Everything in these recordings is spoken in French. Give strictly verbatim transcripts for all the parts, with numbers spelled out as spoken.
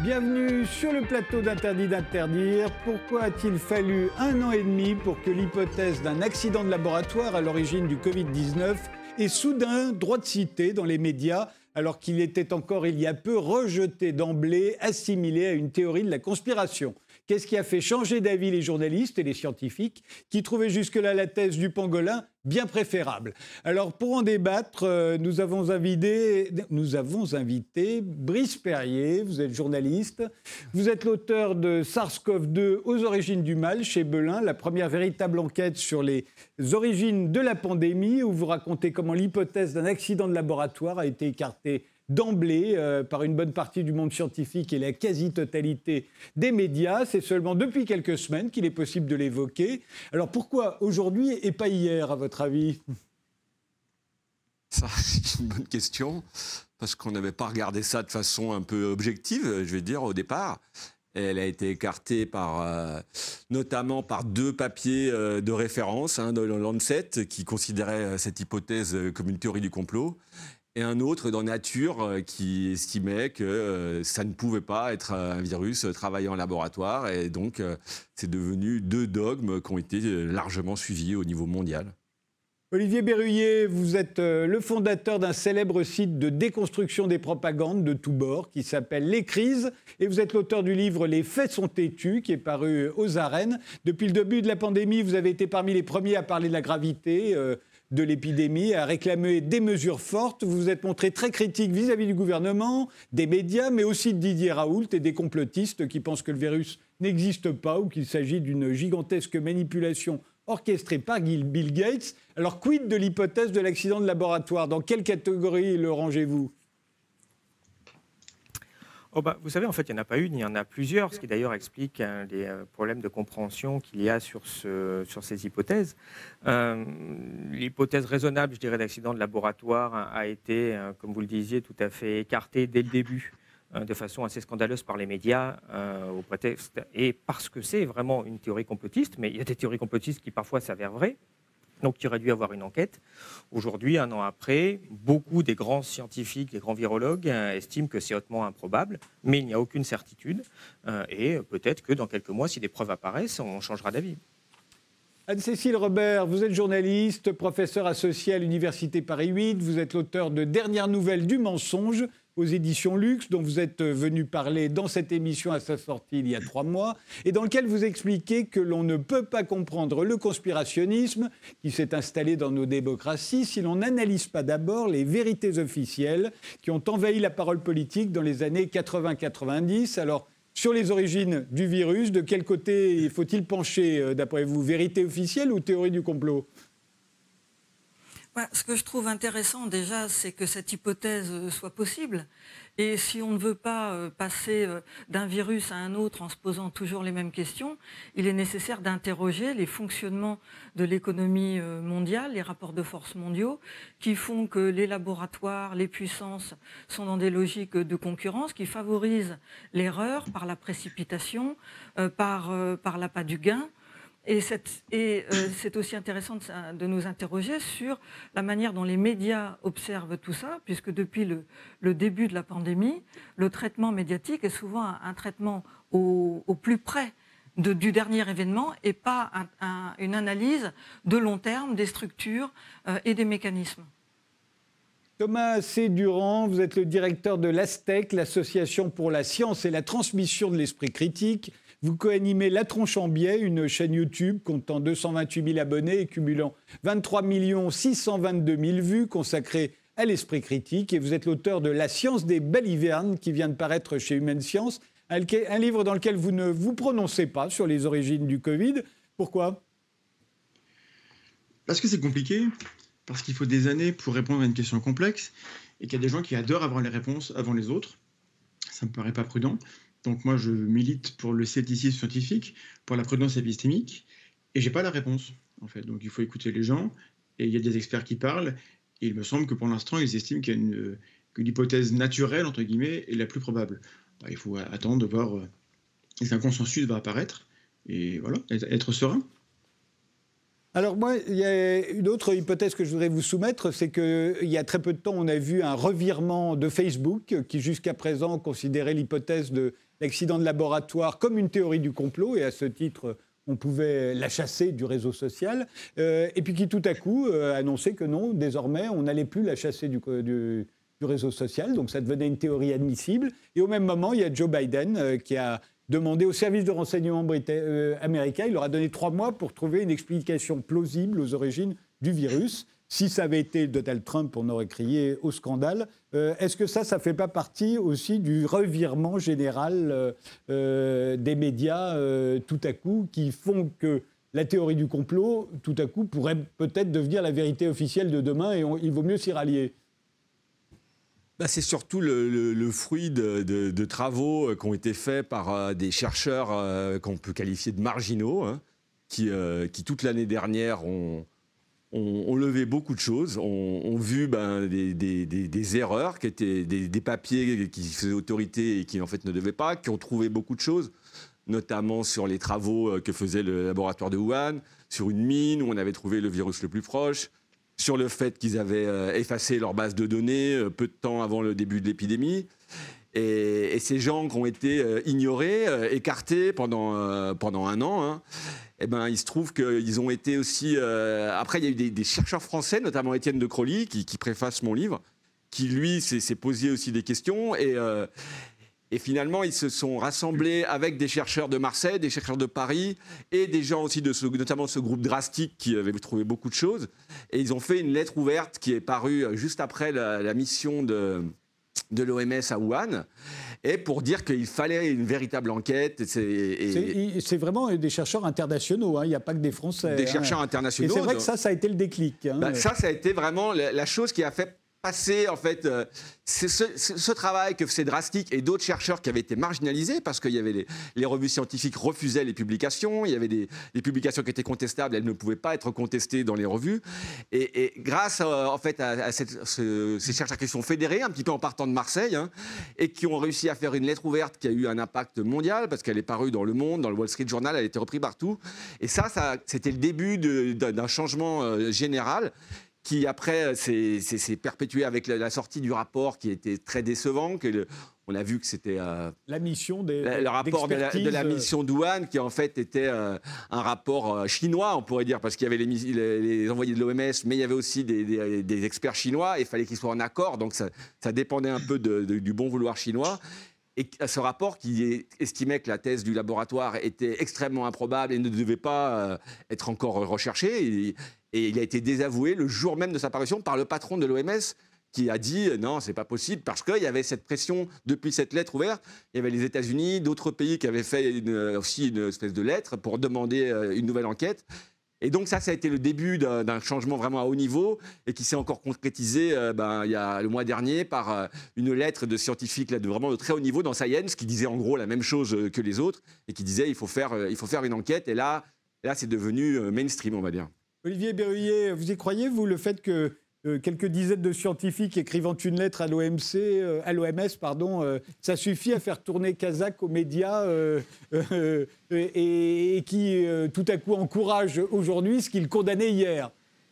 Bienvenue sur le plateau d'Interdit d'interdire. Pourquoi a-t-il fallu un an et demi pour que l'hypothèse d'un accident de laboratoire à l'origine du covid dix-neuf ait soudain droit de cité dans les médias, alors qu'il était encore il y a peu rejeté d'emblée, assimilé à une théorie de la conspiration? Qu'est-ce qui a fait changer d'avis les journalistes et les scientifiques qui trouvaient jusque-là la thèse du pangolin bien préférable? Alors, pour en débattre, euh, nous, avons invité, nous avons invité Brice Perrier. Vous êtes journaliste. Vous êtes l'auteur de SARS-C o V deux aux origines du mal chez Belin, la première véritable enquête sur les origines de la pandémie, où vous racontez comment l'hypothèse d'un accident de laboratoire a été écartée d'emblée euh, par une bonne partie du monde scientifique et la quasi-totalité des médias. C'est seulement depuis quelques semaines qu'il est possible de l'évoquer. Alors pourquoi aujourd'hui et pas hier, à votre avis ? Ça, c'est une bonne question, parce qu'on n'avait pas regardé ça de façon un peu objective, je vais dire, au départ. Elle a été écartée par, euh, notamment par deux papiers euh, de référence, un hein, de Lancet, qui considérait cette hypothèse comme une théorie du complot, et un autre dans Nature euh, qui estimait que euh, ça ne pouvait pas être un virus travaillé en laboratoire. Et donc, euh, c'est devenu deux dogmes qui ont été largement suivis au niveau mondial. Olivier Berruyer, vous êtes euh, le fondateur d'un célèbre site de déconstruction des propagandes de tous bords qui s'appelle Les Crises. Et vous êtes l'auteur du livre Les faits sont têtus, qui est paru aux arènes. Depuis le début de la pandémie, vous avez été parmi les premiers à parler de la gravité euh, de l'épidémie, à réclamer des mesures fortes. Vous vous êtes montré très critique vis-à-vis du gouvernement, des médias, mais aussi de Didier Raoult et des complotistes qui pensent que le virus n'existe pas ou qu'il s'agit d'une gigantesque manipulation orchestrée par Bill Gates. Alors, quid de l'hypothèse de l'accident de laboratoire ? Dans quelle catégorie le rangez-vous ? Oh bah, vous savez, en fait, il n'y en a pas une, il y en a plusieurs, ce qui d'ailleurs explique hein, les euh, problèmes de compréhension qu'il y a sur, ce, sur ces hypothèses. Euh, l'hypothèse raisonnable, je dirais, d'accident de laboratoire a, a été, euh, comme vous le disiez, tout à fait écartée dès le début, euh, de façon assez scandaleuse par les médias, euh, au prétexte, et parce que c'est vraiment une théorie complotiste, mais il y a des théories complotistes qui parfois s'avèrent vraies. Donc, il aurait dû y avoir une enquête. Aujourd'hui, un an après, beaucoup des grands scientifiques, des grands virologues euh, estiment que c'est hautement improbable, mais il n'y a aucune certitude. Euh, et peut-être que dans quelques mois, si des preuves apparaissent, on changera d'avis. Anne-Cécile Robert, vous êtes journaliste, professeur associé à l'Université Paris huit. Vous êtes l'auteur de Dernières nouvelles du mensonge aux éditions Luxe, dont vous êtes venu parler dans cette émission à sa sortie il y a trois mois, et dans lequel vous expliquez que l'on ne peut pas comprendre le conspirationnisme qui s'est installé dans nos démocraties si l'on n'analyse pas d'abord les vérités officielles qui ont envahi la parole politique dans les années quatre-vingts quatre-vingt-dix. Alors, sur les origines du virus, de quel côté faut-il pencher, d'après vous, vérité officielle ou théorie du complot ? Ce que je trouve intéressant déjà, c'est que cette hypothèse soit possible. Et si on ne veut pas passer d'un virus à un autre en se posant toujours les mêmes questions, il est nécessaire d'interroger les fonctionnements de l'économie mondiale, les rapports de force mondiaux, qui font que les laboratoires, les puissances sont dans des logiques de concurrence qui favorisent l'erreur par la précipitation, par, par l'appât du gain. Et, cette, et euh, c'est aussi intéressant de, de nous interroger sur la manière dont les médias observent tout ça, puisque depuis le, le début de la pandémie, le traitement médiatique est souvent un, un traitement au, au plus près de, du dernier événement et pas un, un, une analyse de long terme des structures euh, et des mécanismes. Thomas C. Durand, vous êtes le directeur de l'ASTEC, l'Association pour la science et la transmission de l'esprit critique. Vous co-animez La Tronche en Biais, une chaîne YouTube comptant deux cent vingt-huit mille abonnés et cumulant vingt-trois millions six cent vingt-deux mille vues consacrées à l'esprit critique. Et vous êtes l'auteur de La science des balivernes qui vient de paraître chez Humaine Science, un livre dans lequel vous ne vous prononcez pas sur les origines du Covid. Pourquoi ? Parce que c'est compliqué, parce qu'il faut des années pour répondre à une question complexe et qu'il y a des gens qui adorent avoir les réponses avant les autres. Ça ne me paraît pas prudent. Donc moi, je milite pour le scepticisme scientifique, pour la prudence épistémique, et je n'ai pas la réponse, en fait. Donc il faut écouter les gens, et il y a des experts qui parlent, et il me semble que pour l'instant, ils estiment qu'il y a une, que l'hypothèse naturelle, entre guillemets, est la plus probable. Bah, il faut attendre de voir euh, si un consensus va apparaître, et voilà, être serein. Alors moi, il y a une autre hypothèse que je voudrais vous soumettre, c'est qu'il y a très peu de temps, on a vu un revirement de Facebook qui jusqu'à présent considérait l'hypothèse de l'accident de laboratoire comme une théorie du complot, et à ce titre, on pouvait la chasser du réseau social, euh, et puis qui tout à coup euh, annonçait que non, désormais, on n'allait plus la chasser du, du, du réseau social, donc ça devenait une théorie admissible. Et au même moment, il y a Joe Biden euh, qui a demandé au service de renseignement brita- euh, américain, il leur a donné trois mois pour trouver une explication plausible aux origines du virus. Si ça avait été Donald Trump, on aurait crié au scandale. Euh, est-ce que ça, ça ne fait pas partie aussi du revirement général euh, euh, des médias euh, tout à coup, qui font que la théorie du complot, tout à coup, pourrait peut-être devenir la vérité officielle de demain et on, il vaut mieux s'y rallier? Bah, c'est surtout le, le, le fruit de, de, de travaux qui ont été faits par euh, des chercheurs euh, qu'on peut qualifier de marginaux, hein, qui, euh, qui toute l'année dernière ont... On, on levait beaucoup de choses, on, on vu ben, des, des, des, des erreurs, qui étaient des, des papiers qui faisaient autorité et qui en fait ne devaient pas, qui ont trouvé beaucoup de choses, notamment sur les travaux que faisait le laboratoire de Wuhan, sur une mine où on avait trouvé le virus le plus proche, sur le fait qu'ils avaient effacé leur base de données peu de temps avant le début de l'épidémie. Et, et ces gens qui ont été ignorés, écartés pendant, pendant un an, hein, eh ben, il se trouve qu'ils ont été aussi... Euh, après, il y a eu des, des chercheurs français, notamment Étienne de Crolly, qui, qui préface mon livre, qui, lui, s'est, s'est posé aussi des questions. Et, euh, et finalement, ils se sont rassemblés avec des chercheurs de Marseille, des chercheurs de Paris, et des gens aussi, de ce, notamment ce groupe drastique qui avait trouvé beaucoup de choses. Et ils ont fait une lettre ouverte qui est parue juste après la, la mission de... de l'O M S à Wuhan, et pour dire qu'il fallait une véritable enquête. C'est, et... c'est, c'est vraiment des chercheurs internationaux, hein. Il n'y a pas que des Français. Des hein. chercheurs internationaux. Et c'est vrai donc... que ça, ça a été le déclic. Hein. Bah, ça, ça a été vraiment la, la chose qui a fait passer, en fait, euh, c'est ce, ce, ce travail que faisait Drastic et d'autres chercheurs qui avaient été marginalisés parce qu'il y avait les, les revues scientifiques refusaient les publications, il y avait des, des publications qui étaient contestables, elles ne pouvaient pas être contestées dans les revues. Et, et grâce, à, en fait, à, à cette, ce, ces chercheurs qui sont fédérés, un petit peu en partant de Marseille, hein, et qui ont réussi à faire une lettre ouverte qui a eu un impact mondial parce qu'elle est parue dans Le Monde, dans le Wall Street Journal, elle a été reprise partout. Et ça, ça c'était le début de, d'un changement euh, général, qui après s'est, s'est, s'est perpétué avec la, la sortie du rapport qui était très décevant. Que le, on a vu que c'était euh, la mission des, la, le rapport de la, de la mission d'Wuhan, qui en fait était euh, un rapport euh, chinois, on pourrait dire, parce qu'il y avait les, les, les envoyés de l'O M S, mais il y avait aussi des, des, des experts chinois, et il fallait qu'ils soient en accord, donc ça, ça dépendait un peu de, de, du bon vouloir chinois. Et ce rapport qui est, estimait que la thèse du laboratoire était extrêmement improbable et ne devait pas euh, être encore recherchée. Et, et il a été désavoué le jour même de sa parution par le patron de l'O M S qui a dit euh, non, c'est pas possible parce qu'il y avait cette pression depuis cette lettre ouverte. Il y avait les États-Unis, d'autres pays qui avaient fait une, aussi une espèce de lettre pour demander euh, une nouvelle enquête. Et donc ça, ça a été le début d'un, d'un changement vraiment à haut niveau et qui s'est encore concrétisé euh, ben, il y a le mois dernier par euh, une lettre de scientifiques là, de vraiment de très haut niveau dans Science qui disait en gros la même chose que les autres et qui disait il faut faire, euh, il faut faire une enquête. Et là, là c'est devenu euh, mainstream, on va dire. Olivier Berruyer, vous y croyez, vous, le fait que euh, quelques dizaines de scientifiques écrivant une lettre à l'O M C, euh, à l'O M S, pardon, euh, ça suffit à faire tourner Kazakh aux médias euh, euh, et, et qui, euh, tout à coup, encourage aujourd'hui ce qu'ils condamnaient hier?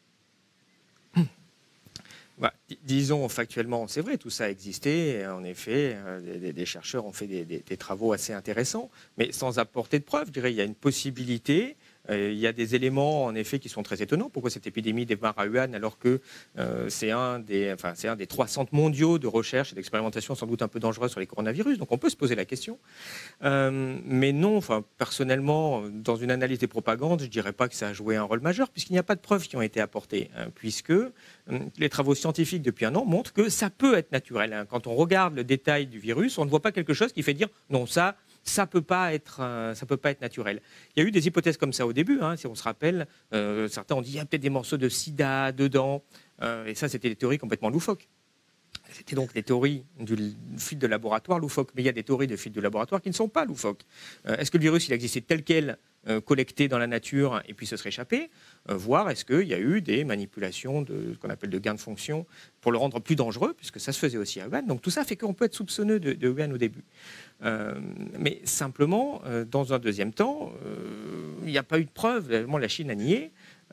Bah, disons factuellement, c'est vrai, tout ça a existé. En effet, euh, des, des chercheurs ont fait des, des, des travaux assez intéressants, mais sans apporter de preuves. Je dirais, il y a une possibilité. Euh, il y a des éléments, en effet, qui sont très étonnants. Pourquoi cette épidémie démarre à Wuhan alors que euh, c'est, un des, enfin, c'est un des trois centres mondiaux de recherche et d'expérimentation sans doute un peu dangereux sur les coronavirus. Donc on peut se poser la question. Euh, mais non, enfin, personnellement, dans une analyse des propagandes, je ne dirais pas que ça a joué un rôle majeur puisqu'il n'y a pas de preuves qui ont été apportées. Hein, puisque euh, les travaux scientifiques depuis un an montrent que ça peut être naturel. Hein. Quand on regarde le détail du virus, on ne voit pas quelque chose qui fait dire non, ça... ça peut pas être, euh, ça peut pas être naturel. Il y a eu des hypothèses comme ça au début, hein, si on se rappelle. Euh, certains ont dit il y a peut-être des morceaux de sida dedans, euh, et ça c'était des théories complètement loufoques. C'était donc des théories du fuite de laboratoire loufoques, mais il y a des théories de fuite de laboratoire qui ne sont pas loufoques. Euh, est-ce que le virus il existait tel quel, euh, collecté dans la nature et puis se serait échappé, euh, voir est-ce qu'il y a eu des manipulations de ce qu'on appelle de gain de fonction pour le rendre plus dangereux, puisque ça se faisait aussi à Wuhan. Donc tout ça fait qu'on peut être soupçonneux de, de Wuhan au début. Euh, mais simplement, euh, dans un deuxième temps, il euh, n'y a pas eu de preuve. Vraiment, la Chine a nié.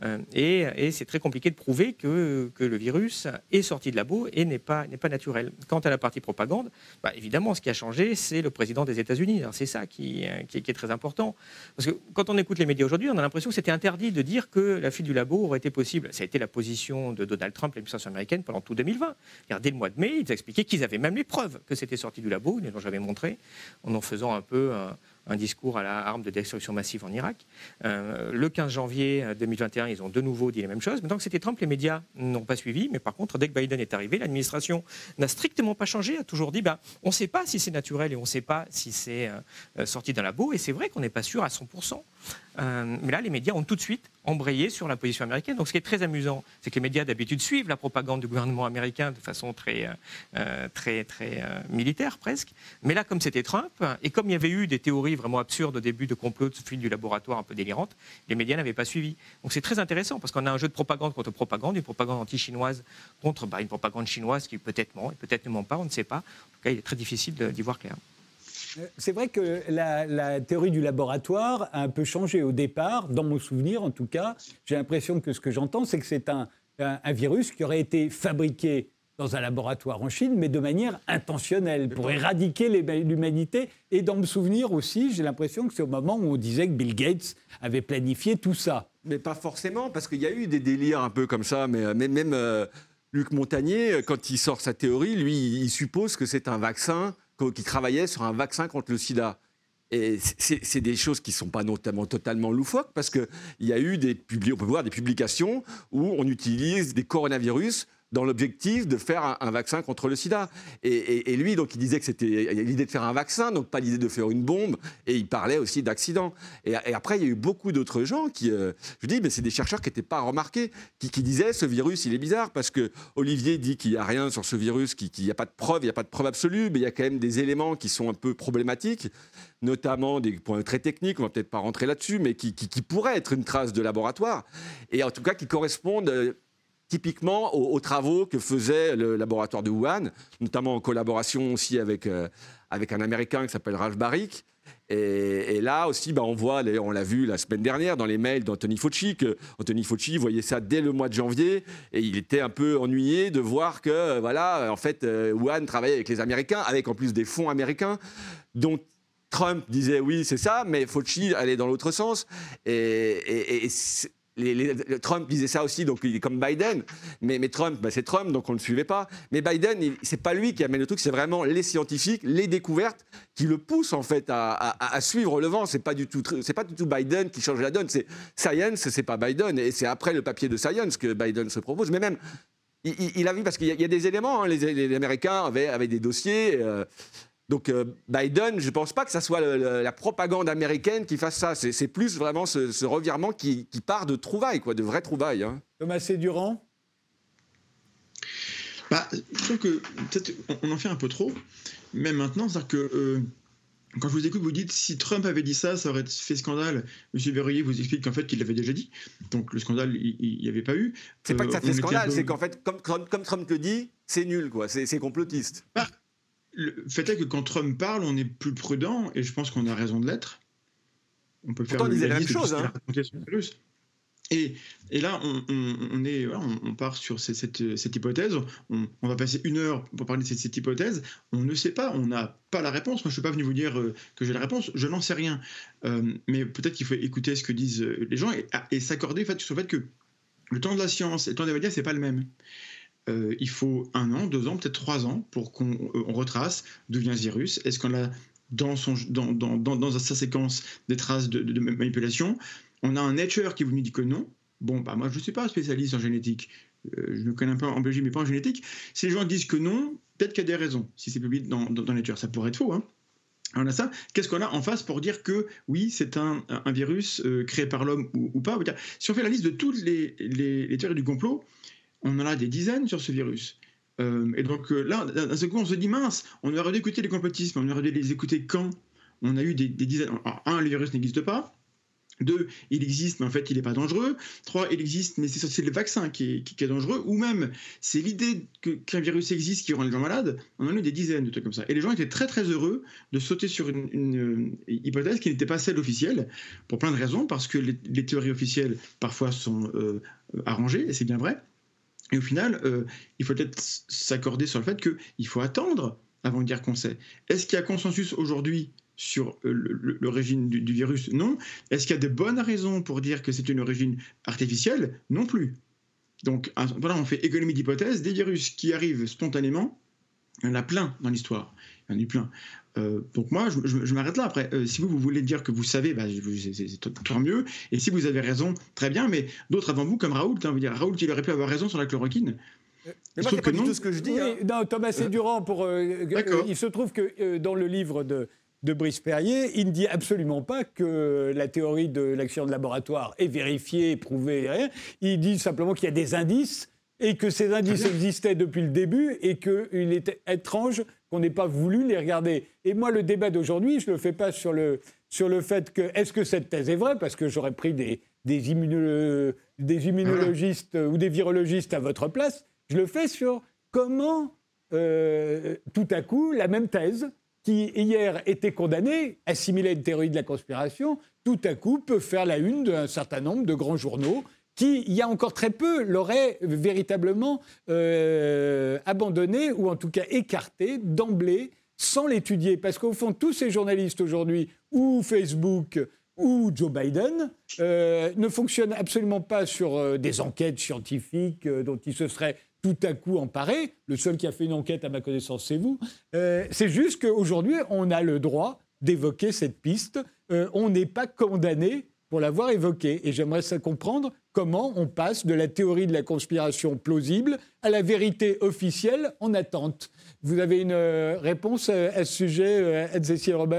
Euh, et, et c'est très compliqué de prouver que, que le virus est sorti de labo et n'est pas, n'est pas naturel. Quant à la partie propagande, bah, évidemment, ce qui a changé, c'est le président des États-Unis. Alors, c'est ça qui, qui, qui est très important. Parce que quand on écoute les médias aujourd'hui, on a l'impression que c'était interdit de dire que la fuite du labo aurait été possible. Ça a été la position de Donald Trump, l'administration américaine, pendant tout deux mille vingt. Car dès le mois de mai, ils expliquaient qu'ils avaient même les preuves que c'était sorti du labo, dont j'avais montré, en en faisant un peu un, un discours à la arme de destruction massive en Irak. Euh, le quinze janvier deux mille vingt et un, ils ont de nouveau dit les mêmes choses. Mais tant que c'était Trump, les médias n'ont pas suivi. Mais par contre, dès que Biden est arrivé, l'administration n'a strictement pas changé, a toujours dit bah, on ne sait pas si c'est naturel et on ne sait pas si c'est euh, sorti d'un labo. Et c'est vrai qu'on n'est pas sûr à cent pour cent. Euh, mais là, les médias ont tout de suite embrayé sur la position américaine. Donc ce qui est très amusant, c'est que les médias d'habitude suivent la propagande du gouvernement américain de façon très, euh, très, très euh, militaire presque. Mais là, comme c'était Trump, et comme il y avait eu des théories vraiment absurdes au début de complot de fuite du laboratoire un peu délirantes, les médias n'avaient pas suivi. Donc c'est très intéressant parce qu'on a un jeu de propagande contre propagande, une propagande anti-chinoise contre bah, une propagande chinoise qui peut-être ment et peut-être ne ment pas, on ne sait pas. En tout cas, il est très difficile d'y voir clair. C'est vrai que la, la théorie du laboratoire a un peu changé au départ, dans mon souvenir en tout cas. J'ai l'impression que ce que j'entends, c'est que c'est un, un, un virus qui aurait été fabriqué dans un laboratoire en Chine, mais de manière intentionnelle, pour éradiquer les, l'humanité. Et dans mon souvenir aussi, j'ai l'impression que c'est au moment où on disait que Bill Gates avait planifié tout ça. Mais pas forcément, parce qu'il y a eu des délires un peu comme ça, mais, mais même euh, Luc Montagnier, quand il sort sa théorie, lui, il suppose que c'est un vaccin qui travaillait sur un vaccin contre le sida. Et c'est, c'est des choses qui ne sont pas notamment totalement loufoques, parce qu'il y a eu des publi- on peut voir des publications où on utilise des coronavirus dans l'objectif de faire un, un vaccin contre le sida. Et, et, et lui, donc, il disait que c'était l'idée de faire un vaccin, donc pas l'idée de faire une bombe, et il parlait aussi d'accidents. Et, et après, il y a eu beaucoup d'autres gens qui, euh, je dis, mais c'est des chercheurs qui n'étaient pas remarqués, qui, qui disaient, ce virus, il est bizarre, parce que Olivier dit qu'il n'y a rien sur ce virus, qu'il n'y a pas de preuve, il n'y a pas de preuve absolue, mais il y a quand même des éléments qui sont un peu problématiques, notamment des points très techniques, on ne va peut-être pas rentrer là-dessus, mais qui, qui, qui pourraient être une trace de laboratoire, et en tout cas qui correspondent euh, typiquement aux, aux travaux que faisait le laboratoire de Wuhan, notamment en collaboration aussi avec, euh, avec un Américain qui s'appelle Ralph Baric. Et, et là aussi, bah, on voit, on l'a vu la semaine dernière dans les mails d'Anthony Fauci, que Anthony Fauci voyait ça dès le mois de janvier, et il était un peu ennuyé de voir que, voilà, en fait, euh, Wuhan travaillait avec les Américains, avec en plus des fonds américains, dont Trump disait oui, c'est ça, mais Fauci allait dans l'autre sens. Et, et, et les, les, Trump disait ça aussi, donc il est comme Biden. Mais, mais Trump, bah, c'est Trump, donc on ne le suivait pas. Mais Biden, il, c'est pas lui qui amène le truc, c'est vraiment les scientifiques, les découvertes qui le poussent en fait à, à, à suivre le vent. C'est pas du tout, c'est pas du tout Biden qui change la donne. C'est Science, c'est pas Biden, et c'est après le papier de Science que Biden se propose. Mais même il, il a vu parce qu'il y a, il y a des éléments. Hein, les, les Américains avaient, avaient des dossiers. Euh, Donc euh, Biden, je ne pense pas que ça soit le, le, la propagande américaine qui fasse ça. C'est, c'est plus vraiment ce, ce revirement qui, qui part de trouvailles, quoi, de vraies trouvailles. Hein. Thomas Sédurant ? Bah, je trouve que peut-être on en fait un peu trop, même maintenant. C'est-à-dire que euh, quand je vous écoute, vous dites si Trump avait dit ça, ça aurait fait scandale. Monsieur Berruyer vous explique qu'en fait qu'il l'avait déjà dit. Donc le scandale, il n'y avait pas eu. C'est euh, pas que ça fait scandale, peu... c'est qu'en fait, comme, comme, comme Trump le dit, c'est nul, quoi. C'est, c'est complotiste. Bah, le fait est que quand Trump parle, on est plus prudent, et je pense qu'on a raison de l'être. On peut Pourtant, faire on disait la même liste chose. De hein. Et, et là, on, on, on, est, voilà, on, on part sur cette, cette, cette hypothèse. On, on va passer une heure pour parler de cette, cette hypothèse. On ne sait pas, on n'a pas la réponse. Moi, je ne suis pas venu vous dire euh, que j'ai la réponse. Je n'en sais rien. Euh, mais peut-être qu'il faut écouter ce que disent les gens et, et s'accorder en fait, sur le fait que le temps de la science et le temps des médias, ce n'est pas le même. Euh, il faut un an, deux ans, peut-être trois ans pour qu'on euh, on retrace d'où vient ce virus. Est-ce qu'on a dans, son, dans, dans, dans, dans sa séquence des traces de, de, de manipulation? On a un Nature qui vous nous dit que non. Bon, bah moi je ne suis pas spécialiste en génétique. Euh, je me connais un peu en biologie, mais pas en génétique. Si les gens disent que non, peut-être qu'il y a des raisons. Si c'est publié dans, dans, dans Nature, ça pourrait être faux. Hein. On a ça. Qu'est-ce qu'on a en face pour dire que oui, c'est un, un virus euh, créé par l'homme ou, ou pas? Si on fait la liste de toutes les, les, les théories du complot, on en a des dizaines sur ce virus. Euh, et donc euh, là, d'un seul coup, on se dit mince, on aurait dû écouter les complotistes, on aurait dû les écouter quand on a eu des, des dizaines. Alors, un, le virus n'existe pas. Deux, il existe, mais en fait, il n'est pas dangereux. Trois, il existe, mais c'est, c'est le vaccin qui est, qui, qui est dangereux. Ou même, c'est l'idée que, qu'un virus existe qui rend les gens malades. On en a eu des dizaines de trucs comme ça. Et les gens étaient très, très heureux de sauter sur une, une, une hypothèse qui n'était pas celle officielle, pour plein de raisons, parce que les, les théories officielles, parfois, sont euh, arrangées, et c'est bien vrai. Et au final, euh, il faut peut-être s'accorder sur le fait qu'il faut attendre avant de dire qu'on sait. Est-ce qu'il y a consensus aujourd'hui sur l'origine du, du virus? Non. Est-ce qu'il y a de bonnes raisons pour dire que c'est une origine artificielle? Non plus. Donc voilà, on fait économie d'hypothèses. Des virus qui arrivent spontanément, il y en a plein dans l'histoire. Il y en a eu plein. Euh, donc moi, je, je, je m'arrête là. Après, euh, si vous, vous voulez dire que vous savez, bah, c'est, c'est, c'est tant mieux. Et si vous avez raison, très bien. Mais d'autres avant vous, comme Raoult, hein, vous dire, Raoult, il aurait pu avoir raison sur la chloroquine. Mais moi, c'est pas du tout ce que je dis. Oui, hein. Non, Thomas Sédurant, pour, euh, euh, il se trouve que euh, dans le livre de, de Brice Perrier, il ne dit absolument pas que la théorie de l'accident de laboratoire est vérifiée, prouvée, rien. Il dit simplement qu'il y a des indices et que ces indices existaient depuis le début et qu'il était étrange qu'on n'ait pas voulu les regarder. Et moi, le débat d'aujourd'hui, je ne le fais pas sur le, sur le fait que est-ce que cette thèse est vraie, parce que j'aurais pris des, des, immuno, des immunologistes ou des virologistes à votre place. Je le fais sur comment, euh, tout à coup, la même thèse, qui hier était condamnée, assimilée à une théorie de la conspiration, tout à coup peut faire la une d'un certain nombre de grands journaux qui, il y a encore très peu, l'auraient véritablement euh, abandonné ou en tout cas écarté d'emblée sans l'étudier. Parce qu'au fond, tous ces journalistes aujourd'hui, ou Facebook, ou Joe Biden, euh, ne fonctionnent absolument pas sur euh, des enquêtes scientifiques euh, dont ils se seraient tout à coup emparés. Le seul qui a fait une enquête, à ma connaissance, c'est vous. Euh, c'est juste qu'aujourd'hui, on a le droit d'évoquer cette piste. Euh, on n'est pas condamné pour l'avoir évoquée. Et j'aimerais ça comprendre comment on passe de la théorie de la conspiration plausible à la vérité officielle en attente. Vous avez une euh, réponse à, à ce sujet, euh, Anne-Cécile Robert ?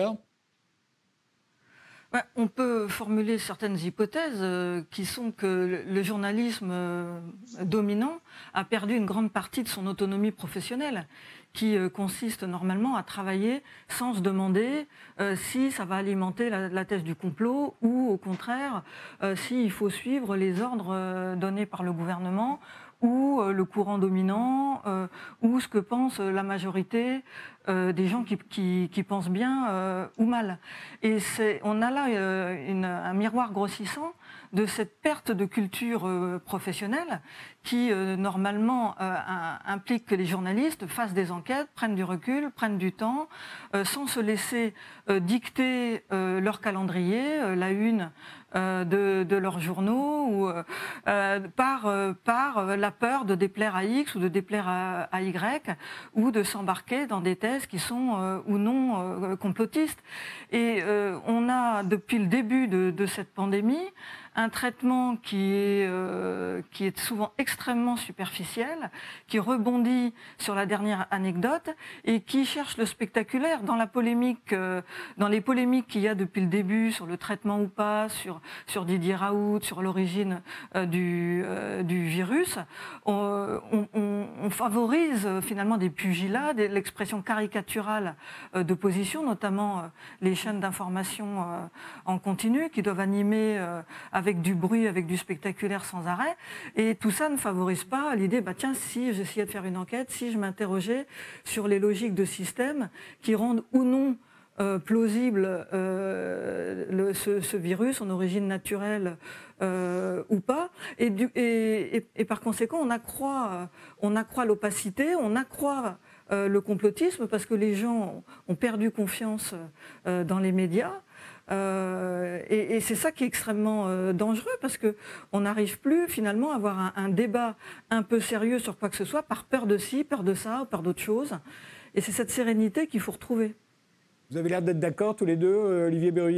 Ouais, on peut formuler certaines hypothèses euh, qui sont que le, le journalisme euh, dominant a perdu une grande partie de son autonomie professionnelle, qui euh, consiste normalement à travailler sans se demander euh, si ça va alimenter la, la thèse du complot ou au contraire euh, s'il faut suivre les ordres euh, donnés par le gouvernement ou euh, le courant dominant, euh, ou ce que pense la majorité euh, des gens qui, qui, qui pensent bien euh, ou mal. Et c'est, on a là euh, une, un miroir grossissant de cette perte de culture euh, professionnelle qui, euh, normalement, euh, implique que les journalistes fassent des enquêtes, prennent du recul, prennent du temps, euh, sans se laisser euh, dicter euh, leur calendrier, euh, la une euh, de, de leurs journaux, ou euh, par, euh, par la peur de déplaire à X ou de déplaire à, à Y, ou de s'embarquer dans des thèses qui sont euh, ou non euh, complotistes. Et euh, on a, depuis le début de, de cette pandémie, un traitement qui est, euh, qui est souvent extrêmement superficiel, qui rebondit sur la dernière anecdote et qui cherche le spectaculaire. Dans la polémique, euh, dans les polémiques qu'il y a depuis le début sur le traitement ou pas, sur, sur Didier Raoult, sur l'origine euh, du, euh, du virus, on, on, on favorise euh, finalement des pugilats, des, l'expression caricaturale euh, de position, notamment euh, les chaînes d'information euh, en continu qui doivent animer euh, avec du bruit, avec du spectaculaire sans arrêt. Et tout ça ne favorise pas l'idée, bah tiens, si j'essayais de faire une enquête, si je m'interrogeais sur les logiques de système qui rendent ou non euh, plausible euh, le, ce, ce virus, son origine naturelle euh, ou pas. Et, du, et, et, et par conséquent, on accroît, on accroît l'opacité, on accroît euh, le complotisme parce que les gens ont perdu confiance euh, dans les médias. Euh, et, et c'est ça qui est extrêmement euh, dangereux parce qu'on n'arrive plus finalement à avoir un, un débat un peu sérieux sur quoi que ce soit par peur de ci, peur de ça, peur d'autre chose. Et c'est cette sérénité qu'il faut retrouver. Vous avez l'air d'être d'accord tous les deux, Olivier Berruyer ?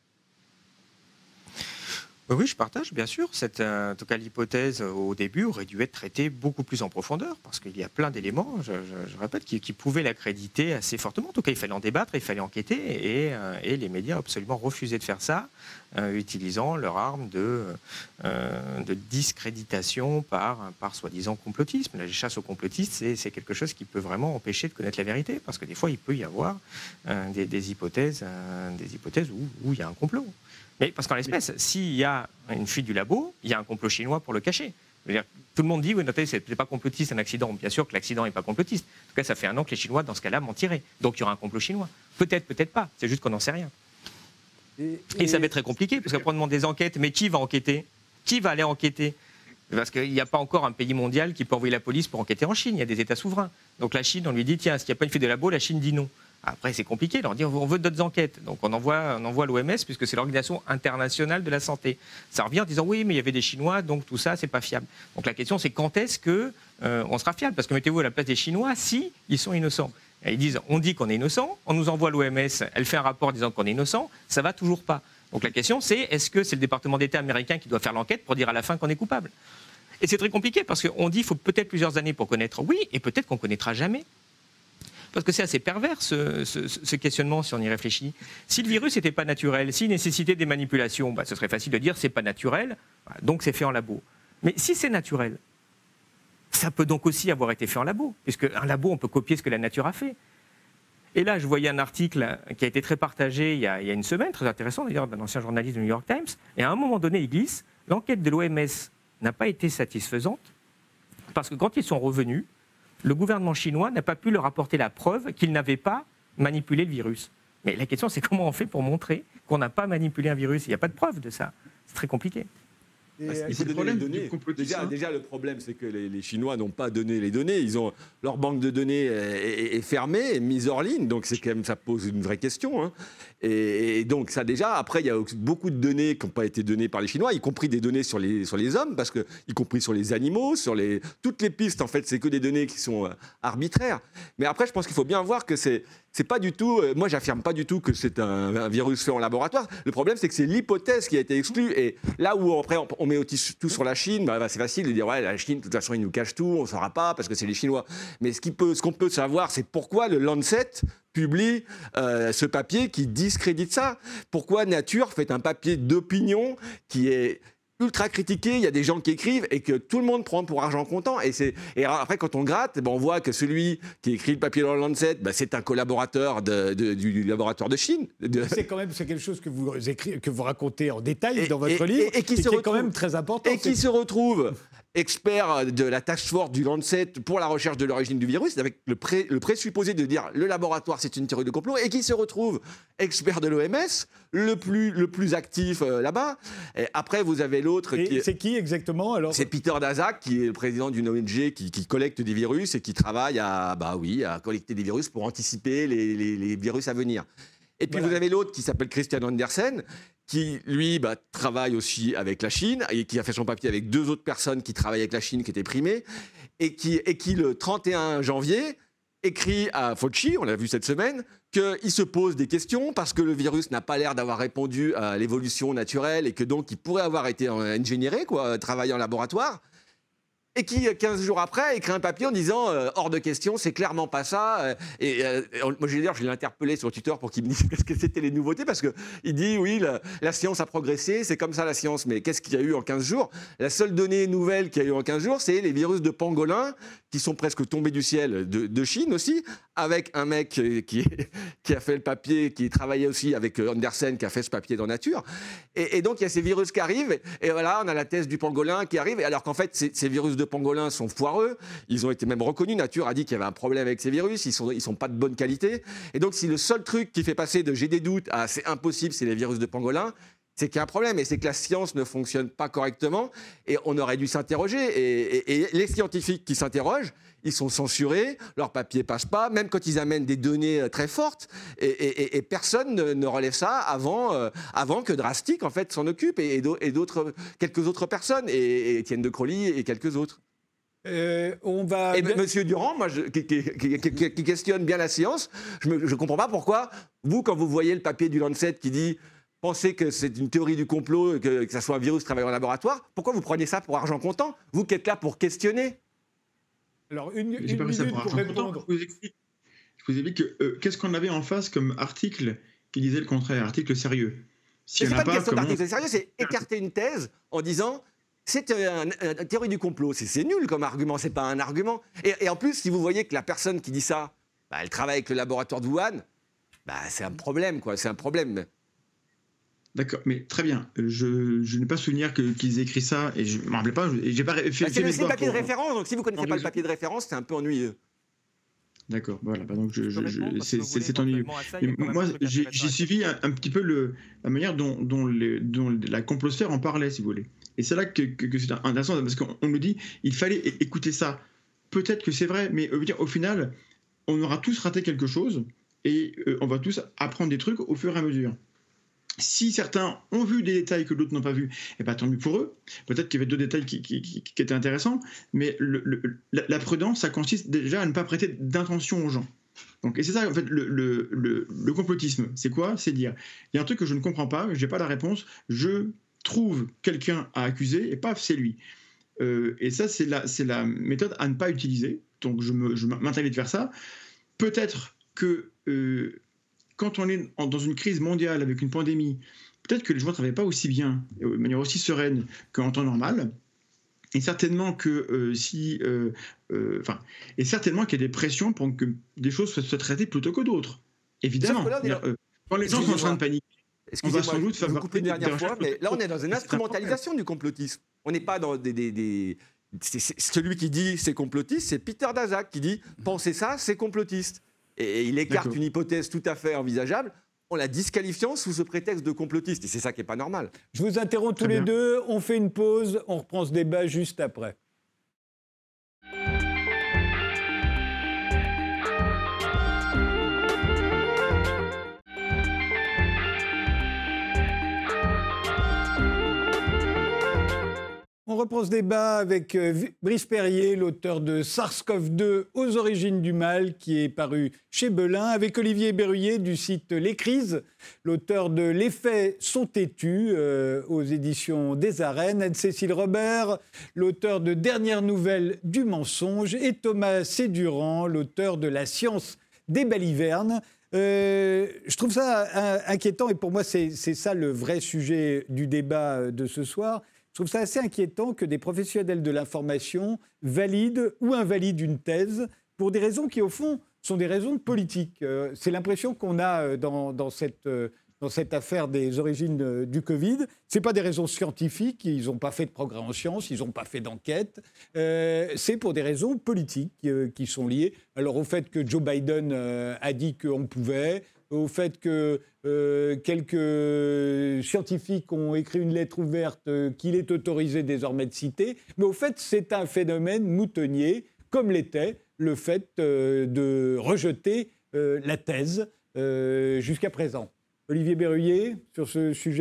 Oui, je partage, bien sûr. Cette, en tout cas, l'hypothèse, au début, aurait dû être traitée beaucoup plus en profondeur, parce qu'il y a plein d'éléments, je, je, je répète, qui, qui pouvaient l'accréditer assez fortement. En tout cas, il fallait en débattre, il fallait enquêter, et, et les médias ont absolument refusé de faire ça. euh, utilisant leur arme de, euh, de discréditation par, par soi-disant complotisme. La chasse aux complotistes, c'est, c'est quelque chose qui peut vraiment empêcher de connaître la vérité, parce que des fois, il peut y avoir euh, des, des hypothèses, euh, des hypothèses où, où il y a un complot. Mais parce qu'en l'espèce, s'il y a une fuite du labo, il y a un complot chinois pour le cacher. Je veux dire, tout le monde dit, oui, notez, c'est pas complotiste, c'est un accident. Bien sûr que l'accident n'est pas complotiste. En tout cas, ça fait un an que les Chinois, dans ce cas-là, mentiraient. Donc il y aura un complot chinois. Peut-être, peut-être pas. C'est juste qu'on n'en sait rien. Et, et... et ça va être très compliqué, parce qu'après on demande des enquêtes, mais qui va enquêter? Qui va aller enquêter? Parce qu'il n'y a pas encore un pays mondial qui peut envoyer la police pour enquêter en Chine. Il y a des États souverains. Donc la Chine, on lui dit, tiens, s'il n'y a pas une fuite de labo, la Chine dit non. Après, c'est compliqué de leur dire on veut d'autres enquêtes. Donc on envoie, on envoie l'O M S, puisque c'est l'Organisation internationale de la santé. Ça revient en disant oui, mais il y avait des Chinois, donc tout ça, c'est pas fiable. Donc la question, c'est quand est-ce qu'on euh, sera fiable? Parce que mettez-vous à la place des Chinois si ils sont innocents. Et ils disent on dit qu'on est innocent, on nous envoie l'O M S, elle fait un rapport disant qu'on est innocent, ça va toujours pas. Donc la question, c'est est-ce que c'est le département d'État américain qui doit faire l'enquête pour dire à la fin qu'on est coupable? Et c'est très compliqué, parce qu'on dit qu'il faut peut-être plusieurs années pour connaître, oui, et peut-être qu'on ne connaîtra jamais. Parce que c'est assez pervers ce, ce, ce questionnement si on y réfléchit. Si le virus n'était pas naturel, s'il nécessitait des manipulations, bah, ce serait facile de dire c'est pas naturel, donc c'est fait en labo. Mais si c'est naturel, ça peut donc aussi avoir été fait en labo, puisque un labo, on peut copier ce que la nature a fait. Et là, je voyais un article qui a été très partagé il y a, il y a une semaine, très intéressant d'ailleurs, d'un ancien journaliste du New York Times, et à un moment donné, il glisse, l'enquête de l'O M S n'a pas été satisfaisante, parce que quand ils sont revenus, le gouvernement chinois n'a pas pu leur apporter la preuve qu'ils n'avaient pas manipulé le virus. Mais la question, c'est comment on fait pour montrer qu'on n'a pas manipulé un virus? Il n'y a pas de preuve de ça. C'est très compliqué. Et il faut donner les données. Déjà, déjà, le problème, c'est que les, les Chinois n'ont pas donné les données. Ils ont, leur banque de données est, est fermée, est mise hors ligne. Donc, c'est quand même, ça pose une vraie question. Hein. Et, et donc, ça déjà, après, il y a beaucoup de données qui n'ont pas été données par les Chinois, y compris des données sur les, sur les hommes, parce que, y compris sur les animaux, sur les, toutes les pistes, en fait, c'est que des données qui sont euh, arbitraires. Mais après, je pense qu'il faut bien voir que c'est... C'est pas du tout, euh, moi j'affirme pas du tout que c'est un, un virus fait en laboratoire. Le problème c'est que c'est l'hypothèse qui a été exclue. Et là où après on, on met tout sur la Chine, bah, bah, c'est facile de dire ouais la Chine de toute façon ils nous cachent tout, on ne saura pas parce que c'est les Chinois. Mais ce, qui peut, ce qu'on peut savoir c'est pourquoi le Lancet publie euh, ce papier qui discrédite ça. Pourquoi Nature fait un papier d'opinion qui est ultra critiqué, il y a des gens qui écrivent et que tout le monde prend pour argent comptant. Et, c'est, et après, quand on gratte, ben on voit que celui qui écrit le papier dans le Lancet, ben c'est un collaborateur de, de, du laboratoire de Chine. De... C'est quand même c'est quelque chose que vous, écrit, que vous racontez en détail et, dans votre et, livre et, et qui, se qui retrouve, est quand même très important. Et qui se retrouve expert de la task force du Lancet pour la recherche de l'origine du virus, avec le, pré, le présupposé de dire le laboratoire c'est une théorie de complot, et qui se retrouve expert de l'O M S, le plus, le plus actif euh, là-bas. Et après, vous avez l'autre et qui est... C'est qui exactement alors? C'est Peter Daszak, qui est le président d'une O N G qui, qui collecte des virus et qui travaille à, bah oui, à collecter des virus pour anticiper les, les, les virus à venir. Et puis voilà. Vous avez l'autre qui s'appelle Christian Andersen, qui, lui, bah, travaille aussi avec la Chine et qui a fait son papier avec deux autres personnes qui travaillent avec la Chine, qui étaient primées, et qui, et qui le trente et un janvier, écrit à Fauci, on l'a vu cette semaine, qu'il se pose des questions parce que le virus n'a pas l'air d'avoir répondu à l'évolution naturelle et que donc il pourrait avoir été ingénieré, quoi, travaillé en laboratoire. Et qui, quinze jours après, écrit un papier en disant euh, « hors de question, c'est clairement pas ça ». Et euh, moi, d'ailleurs, je l'ai interpellé sur Twitter pour qu'il me dise qu'est-ce que c'était les nouveautés, parce qu'il dit « oui, la, la science a progressé, c'est comme ça la science ». Mais qu'est-ce qu'il y a eu en quinze jours? La seule donnée nouvelle qu'il y a eu en quinze jours, c'est les virus de pangolin qui sont presque tombés du ciel de, de Chine aussi, avec un mec qui, qui a fait le papier, qui travaillait aussi avec Andersen, qui a fait ce papier dans Nature. Et, et donc, il y a ces virus qui arrivent, et, et voilà, on a la thèse du pangolin qui arrive, alors qu'en fait, ces, ces virus de pangolins sont foireux, ils ont été même reconnus, Nature a dit qu'il y avait un problème avec ces virus, ils sont, ils sont pas de bonne qualité, et donc si le seul truc qui fait passer de j'ai des doutes à c'est impossible, c'est les virus de pangolin, c'est qu'il y a un problème, et c'est que la science ne fonctionne pas correctement, et on aurait dû s'interroger, et, et, et les scientifiques qui s'interrogent, ils sont censurés, leurs papiers passent pas, même quand ils amènent des données très fortes, et, et, et personne ne, ne relève ça avant, euh, avant que Drastic en fait s'en occupe, et, et d'autres, quelques autres personnes, et, et Étienne de Crowley et quelques autres. Euh, on va... Et Monsieur Durand, moi, je, qui, qui, qui, qui, qui questionne bien la science, je ne comprends pas pourquoi, vous, quand vous voyez le papier du Lancet qui dit « pensez que c'est une théorie du complot, que, que ça soit un virus travaillant en laboratoire », pourquoi vous prenez ça pour argent comptant? Vous qui êtes là pour questionner. Alors, une, une minute ça pour, pour répondre. Je vous explique, je vous explique que, euh, qu'est-ce qu'on avait en face comme article qui disait le contraire, article sérieux. Si c'est pas une question comment... d'article sérieux, c'est écarter une thèse en disant c'est une théorie du complot. C'est, c'est nul comme argument, c'est pas un argument. Et, et en plus, si vous voyez que la personne qui dit ça, bah, elle travaille avec le laboratoire de Wuhan, bah, c'est un problème, quoi. C'est un problème. D'accord, mais très bien. Je, je n'ai pas souvenir que, qu'ils aient écrit ça et je ne me rappelais pas. Et j'ai pas fait, Bah, fait c'est le, mes c'est le devoirs papier pour- de référence, donc si vous connaissez en pas le raison- papier de référence, c'est un peu ennuyeux. D'accord, voilà. Bah donc je, Je je, peux je- répondre, parce que c'est, vous c'est, voulez c'est ennuyeux. éventuellement à ça, il y a Mais quand même moi, un truc j'ai, intéressant j'ai à suivi un, un petit peu le, la manière dont, dont, les, dont la complosphère en parlait, si vous voulez. Et c'est là que, que, que c'est intéressant, parce qu'on on nous dit il fallait é- écouter ça. Peut-être que c'est vrai, mais euh, dire, au final, on aura tous raté quelque chose et euh, on va tous apprendre des trucs au fur et à mesure. Si certains ont vu des détails que d'autres n'ont pas vus, eh ben, tant mieux pour eux. Peut-être qu'il y avait deux détails qui, qui, qui, qui étaient intéressants, mais le, le, la, la prudence, ça consiste déjà à ne pas prêter d'intention aux gens. Donc, et c'est ça, en fait, le, le, le, le complotisme. C'est quoi? C'est dire, il y a un truc que je ne comprends pas, je n'ai pas la réponse, je trouve quelqu'un à accuser, et paf, c'est lui. Euh, et ça, c'est la, c'est la méthode à ne pas utiliser. Donc, je, me, je m'interdis de faire ça. Peut-être que... Euh, quand on est dans une crise mondiale avec une pandémie, peut-être que les gens ne travaillent pas aussi bien, de manière aussi sereine qu'en temps normal. Et certainement que euh, si, euh, euh, enfin, et certainement qu'il y a des pressions pour que des choses soient, soient traitées plutôt que d'autres. Évidemment. Sauf que là, on est dans- Euh, Quand les gens sont en train de paniquer, on va sans doute je faire vous coupe une des- dernière des fois, recherches mais là, on est dans une C'est un problème. instrumentalisation du complotisme. On n'est pas dans des... des, des- c'est- c'est- celui qui dit c'est complotiste, c'est Peter Daszak qui dit pensez ça, c'est complotiste. Et, et il écarte D'accord. une hypothèse tout à fait envisageable en la disqualifiant sous ce prétexte de complotiste. Et c'est ça qui n'est pas normal. Je vous interromps tous Très les bien. deux. On fait une pause. On reprend ce débat juste après. On reprend ce débat avec euh, Brice Perrier, l'auteur de SARS-CoV deux aux origines du mal, qui est paru chez Belin, avec Olivier Berruyer du site Les Crises, l'auteur de Les faits sont têtus euh, aux éditions des Arènes, Anne-Cécile Robert, l'auteur de Dernières nouvelles du mensonge, et Thomas Sédurant, l'auteur de La science des balivernes. Euh, je trouve ça euh, inquiétant, et pour moi, c'est, c'est ça le vrai sujet du débat euh, de ce soir. Je trouve ça assez inquiétant que des professionnels de l'information valident ou invalident une thèse pour des raisons qui, au fond, sont des raisons politiques. Euh, c'est l'impression qu'on a euh, dans, dans, cette, euh, dans cette affaire des origines euh, du Covid. Ce n'est pas des raisons scientifiques, ils n'ont pas fait de progrès en sciences, ils n'ont pas fait d'enquête. Euh, c'est pour des raisons politiques euh, qui sont liées. Alors au fait que Joe Biden euh, a dit qu'on pouvait, au fait que euh, quelques scientifiques ont écrit une lettre ouverte euh, qu'il est autorisé désormais de citer, mais au fait, c'est un phénomène moutonnier, comme l'était le fait euh, de rejeter euh, la thèse euh, jusqu'à présent. Olivier Berruyer, sur ce sujet ?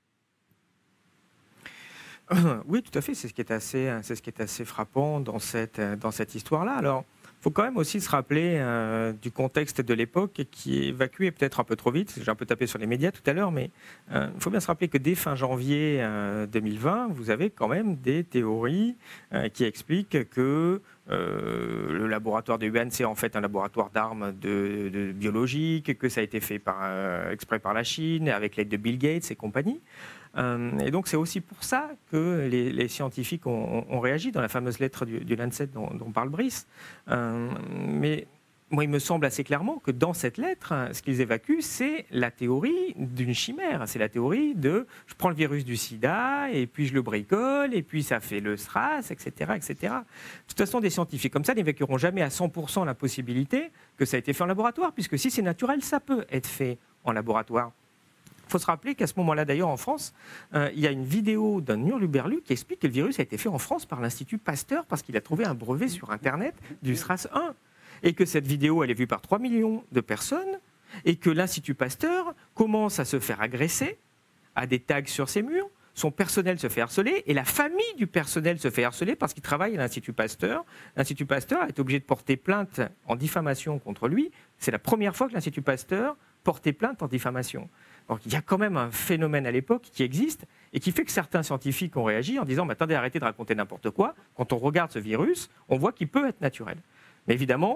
Oui, tout à fait. C'est ce qui est assez, c'est ce qui est assez frappant dans cette, dans cette histoire-là. Alors, il faut quand même aussi se rappeler euh, du contexte de l'époque qui est évacué peut-être un peu trop vite. J'ai un peu tapé sur les médias tout à l'heure, mais il euh, faut bien se rappeler que dès fin janvier euh, deux mille vingt, vous avez quand même des théories euh, qui expliquent que euh, le laboratoire de Wuhan, c'est en fait un laboratoire d'armes de, de biologiques, que ça a été fait par, euh, exprès par la Chine, avec l'aide de Bill Gates et compagnie. Euh, et donc c'est aussi pour ça que les, les scientifiques ont, ont réagi dans la fameuse lettre du, du Lancet dont, dont parle Brice. Euh, mais moi, il me semble assez clairement que dans cette lettre, ce qu'ils évacuent, c'est la théorie d'une chimère. C'est la théorie de je prends le virus du sida et puis je le bricole et puis ça fait le SRAS, et cetera, et cetera. De toute façon, des scientifiques comme ça n'évacueront jamais à cent pour cent la possibilité que ça a été fait en laboratoire, puisque si c'est naturel, ça peut être fait en laboratoire. Il faut se rappeler qu'à ce moment-là, d'ailleurs, en France, euh, il y a une vidéo d'un hurluberlu qui explique que le virus a été fait en France par l'Institut Pasteur parce qu'il a trouvé un brevet sur Internet du SRAS un. Et que cette vidéo, elle est vue par trois millions de personnes et que l'Institut Pasteur commence à se faire agresser, a des tags sur ses murs, son personnel se fait harceler et la famille du personnel se fait harceler parce qu'il travaille à l'Institut Pasteur. L'Institut Pasteur est obligé de porter plainte en diffamation contre lui. C'est la première fois que l'Institut Pasteur portait plainte en diffamation. Donc il y a quand même un phénomène à l'époque qui existe et qui fait que certains scientifiques ont réagi en disant « attendez, arrêtez de raconter n'importe quoi. Quand on regarde ce virus, on voit qu'il peut être naturel. » Mais évidemment,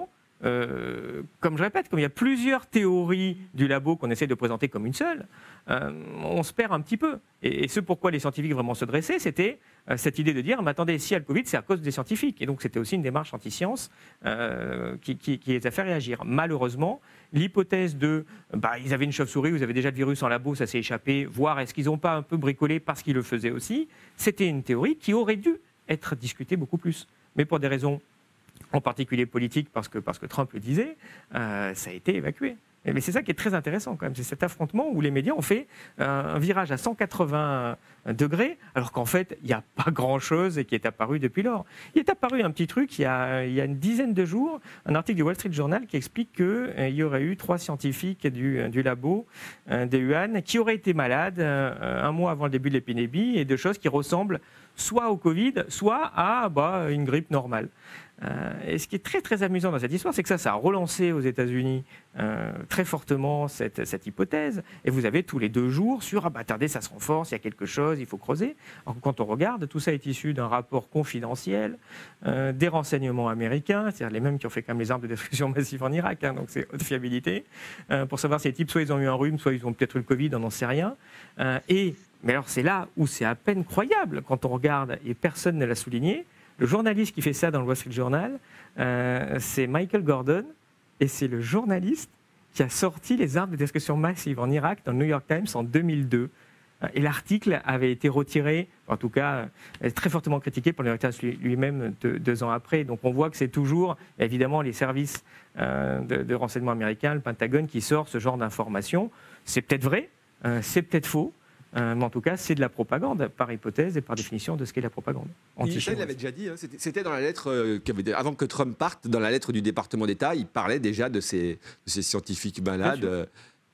euh, comme je répète, comme il y a plusieurs théories du labo qu'on essaie de présenter comme une seule, euh, on se perd un petit peu. Et, et ce pourquoi les scientifiques vraiment se dressaient, c'était euh, cette idée de dire, mais attendez, si il y a le Covid, c'est à cause des scientifiques. Et donc c'était aussi une démarche anti-science euh, qui, qui, qui les a fait réagir. Malheureusement, l'hypothèse de, bah, ils avaient une chauve-souris, vous avez déjà le virus en labo, ça s'est échappé, voir est-ce qu'ils n'ont pas un peu bricolé parce qu'ils le faisaient aussi, c'était une théorie qui aurait dû être discutée beaucoup plus. Mais pour des raisons en particulier politiques, parce que, parce que Trump le disait, euh, ça a été évacué. Mais c'est ça qui est très intéressant quand même, c'est cet affrontement où les médias ont fait un virage à cent quatre-vingts degrés, alors qu'en fait, il n'y a pas grand-chose qui est apparu depuis lors. Il est apparu un petit truc il y a, il y a une dizaine de jours, un article du Wall Street Journal qui explique qu'il y aurait eu trois scientifiques du, du labo de Wuhan qui auraient été malades un mois avant le début de l'épidémie et de choses qui ressemblent soit au Covid, soit à bah, une grippe normale. Euh, et ce qui est très très amusant dans cette histoire, c'est que ça, ça a relancé aux États-Unis euh, très fortement cette, cette hypothèse. Et vous avez tous les deux jours sur ah bah attendez, ça se renforce, il y a quelque chose, il faut creuser. Alors que quand on regarde, tout ça est issu d'un rapport confidentiel euh, des renseignements américains, c'est-à-dire les mêmes qui ont fait quand même les armes de destruction massive en Irak, hein, donc c'est haute fiabilité, euh, pour savoir si les types soit ils ont eu un rhume, soit ils ont peut-être eu le Covid, on n'en sait rien. Euh, et mais alors c'est là où c'est à peine croyable quand on regarde et personne ne l'a souligné. Le journaliste qui fait ça dans le Wall Street Journal, euh, c'est Michael Gordon, et c'est le journaliste qui a sorti les armes de destruction massive en Irak dans le New York Times en deux mille deux. Et l'article avait été retiré, en tout cas très fortement critiqué par le New York Times lui-même deux, deux ans après. Donc on voit que c'est toujours, évidemment, les services euh, de, de renseignement américains, le Pentagone, qui sort ce genre d'informations. C'est peut-être vrai, euh, c'est peut-être faux. Euh, mais en tout cas, c'est de la propagande, par hypothèse et par définition de ce qu'est la propagande. Il l'avait déjà dit, hein, c'était, c'était dans la lettre, euh, avait, avant que Trump parte, dans la lettre du département d'État, il parlait déjà de ces, de ces scientifiques malades. Euh,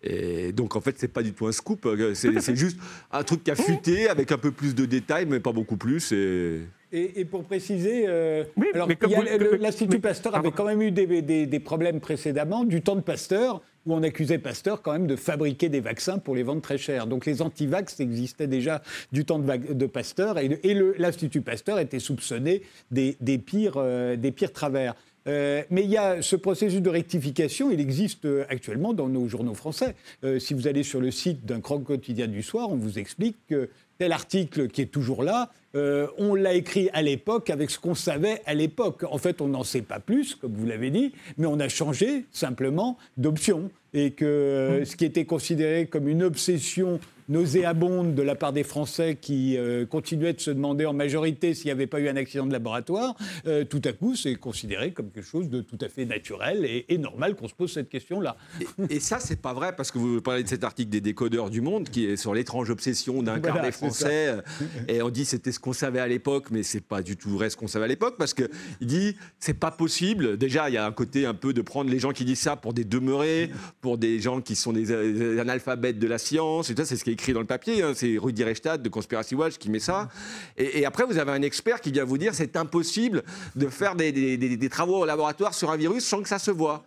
et donc, en fait, c'est pas du tout un scoop, c'est, c'est juste un truc qui a fuité avec un peu plus de détails, mais pas beaucoup plus. Et... Et, et pour préciser, euh, oui, alors, mais comme il y a, vous, le, mais, l'Institut mais, Pasteur pardon. avait quand même eu des, des, des problèmes précédemment, du temps de Pasteur, où on accusait Pasteur quand même de fabriquer des vaccins pour les vendre très cher. Donc les anti-vax existaient déjà du temps de, de Pasteur, et, et le, l'Institut Pasteur était soupçonné des, des, pires, euh, des pires travers. Euh, mais il y a ce processus de rectification, il existe euh, actuellement dans nos journaux français. Euh, si vous allez sur le site d'un grand quotidien du soir, on vous explique que tel article qui est toujours là, euh, on l'a écrit à l'époque avec ce qu'on savait à l'époque. En fait, on n'en sait pas plus, comme vous l'avez dit, mais on a changé simplement d'option. Et que euh, ce qui était considéré comme une obsession nauséabonde de la part des Français qui euh, continuaient de se demander en majorité s'il n'y avait pas eu un accident de laboratoire, euh, tout à coup, c'est considéré comme quelque chose de tout à fait naturel et, et normal qu'on se pose cette question-là. Et, et ça, c'est pas vrai, parce que vous parlez de cet article des Décodeurs du Monde qui est sur l'étrange obsession d'un voilà, quart des Français. Et on dit c'était ce qu'on savait à l'époque, mais c'est pas du tout vrai ce qu'on savait à l'époque, parce qu'il dit c'est pas possible. Déjà, il y a un côté un peu de prendre les gens qui disent ça pour des demeurés, pour des gens qui sont des, des analphabètes de la science, et ça, c'est ce qui est écrit dans le papier, hein, c'est Rudi Reichstadt de Conspiracy Watch qui met ça. Et, et après, vous avez un expert qui vient vous dire c'est impossible de faire des, des, des, des travaux au laboratoire sur un virus sans que ça se voit.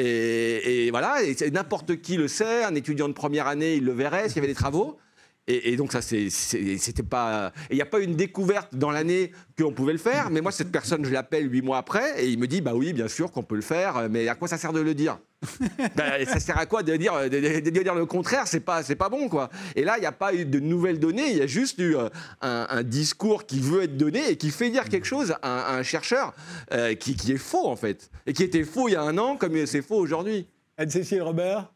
Et, et voilà, et n'importe qui le sait, un étudiant de première année, il le verrait s'il y avait des travaux. Et, et donc ça, c'est, c'est, c'était pas... Il n'y a pas une découverte dans l'année qu'on pouvait le faire, mais moi, cette personne, je l'appelle huit mois après, et il me dit, bah oui, bien sûr qu'on peut le faire, mais à quoi ça sert de le dire? Ben, ça sert à quoi de dire, de, de, de dire le contraire? C'est pas, c'est pas bon, quoi. Et là, il n'y a pas eu de nouvelles données, il y a juste eu un, un discours qui veut être donné et qui fait dire quelque chose à, à un chercheur euh, qui, qui est faux, en fait. Et qui était faux il y a un an, comme c'est faux aujourd'hui. Anne-Cécile Robert?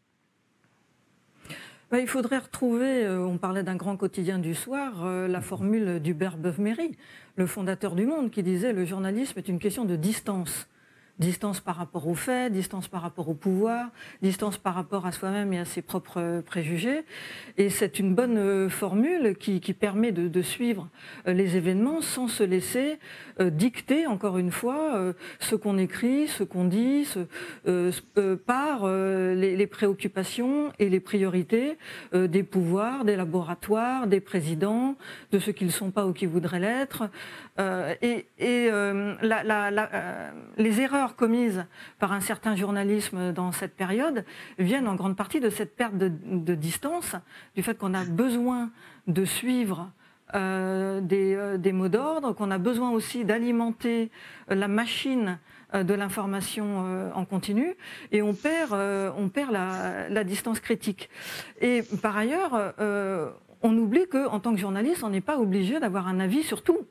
Ben, il faudrait retrouver, euh, on parlait d'un grand quotidien du soir, euh, la formule d'Hubert Beuve-Méry, le fondateur du Monde, qui disait « Le journalisme est une question de distance ». Distance par rapport aux faits, distance par rapport au pouvoir, distance par rapport à soi-même et à ses propres préjugés. Et c'est une bonne formule qui, qui permet de, de suivre les événements sans se laisser euh, dicter, encore une fois, euh, ce qu'on écrit, ce qu'on dit, ce, euh, euh, par euh, les, les préoccupations et les priorités euh, des pouvoirs, des laboratoires, des présidents, de ceux qui ne le sont pas ou qui voudraient l'être. Euh, et et euh, la, la, la, euh, les erreurs commises par un certain journalisme dans cette période viennent en grande partie de cette perte de, de distance, du fait qu'on a besoin de suivre euh, des, euh, des mots d'ordre, qu'on a besoin aussi d'alimenter euh, la machine euh, de l'information euh, en continu, et on perd, euh, on perd la, la distance critique. Et par ailleurs, euh, on oublie qu'en tant que journaliste, on n'est pas obligé d'avoir un avis sur tout.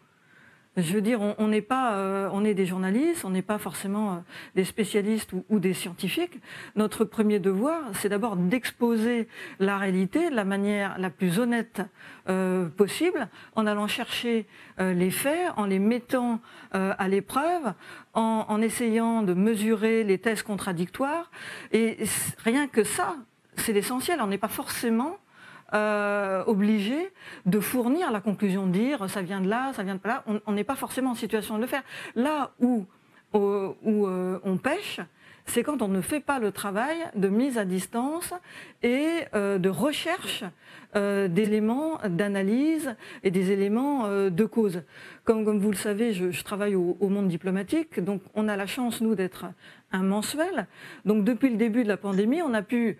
Je veux dire, on n'est pas, euh, on est des journalistes, on n'est pas forcément euh, des spécialistes ou, ou des scientifiques. Notre premier devoir, c'est d'abord d'exposer la réalité de la manière la plus honnête euh, possible, en allant chercher euh, les faits, en les mettant euh, à l'épreuve, en, en essayant de mesurer les thèses contradictoires. Et rien que ça, c'est l'essentiel. On n'est pas forcément Euh, obligé de fournir la conclusion, de dire ça vient de là, ça vient de là. On n'est pas forcément en situation de le faire. Là où, où, où euh, on pêche, c'est quand on ne fait pas le travail de mise à distance et euh, de recherche euh, d'éléments d'analyse et des éléments euh, de cause. Comme, comme vous le savez, je, je travaille au, au Monde diplomatique, donc on a la chance, nous, d'être un mensuel. Donc depuis le début de la pandémie, on a pu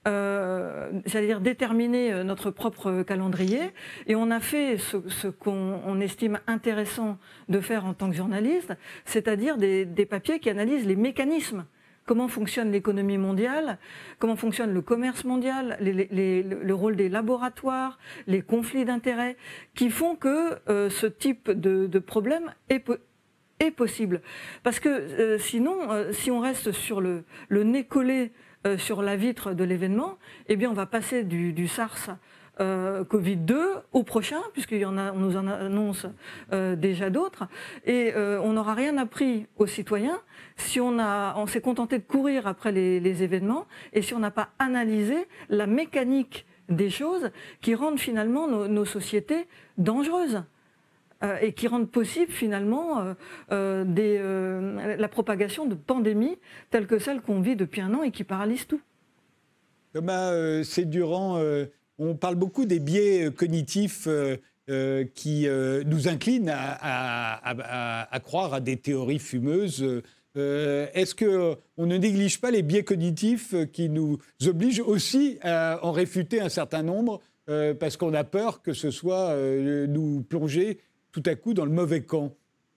Euh, j'allais dire déterminer notre propre calendrier, et on a fait ce, ce qu'on on estime intéressant de faire en tant que journaliste, c'est-à-dire des, des papiers qui analysent les mécanismes. Comment fonctionne l'économie mondiale, comment fonctionne le commerce mondial, les, les, le rôle des laboratoires, les conflits d'intérêts, qui font que euh, ce type de, de problème est, po est possible. Parce que euh, sinon, euh, si on reste sur le, le nez collé Euh, sur la vitre de l'événement, eh bien on va passer du, du SARS euh, Covid deux au prochain, puisqu'il y en a, on nous en annonce euh, déjà d'autres, et euh, on n'aura rien appris aux citoyens si on, a, on s'est contenté de courir après les, les événements, et si on n'a pas analysé la mécanique des choses qui rendent finalement nos, nos sociétés dangereuses. Euh, et qui rendent possible finalement euh, euh, des, euh, la propagation de pandémies telles que celles qu'on vit depuis un an et qui paralysent tout. Thomas euh, Sédurant, euh, on parle beaucoup des biais cognitifs euh, euh, qui euh, nous inclinent à, à, à, à croire à des théories fumeuses. Euh, est-ce qu'on ne néglige pas les biais cognitifs qui nous obligent aussi à en réfuter un certain nombre euh, parce qu'on a peur que ce soit euh, nous plonger tout à coup dans le mauvais camp?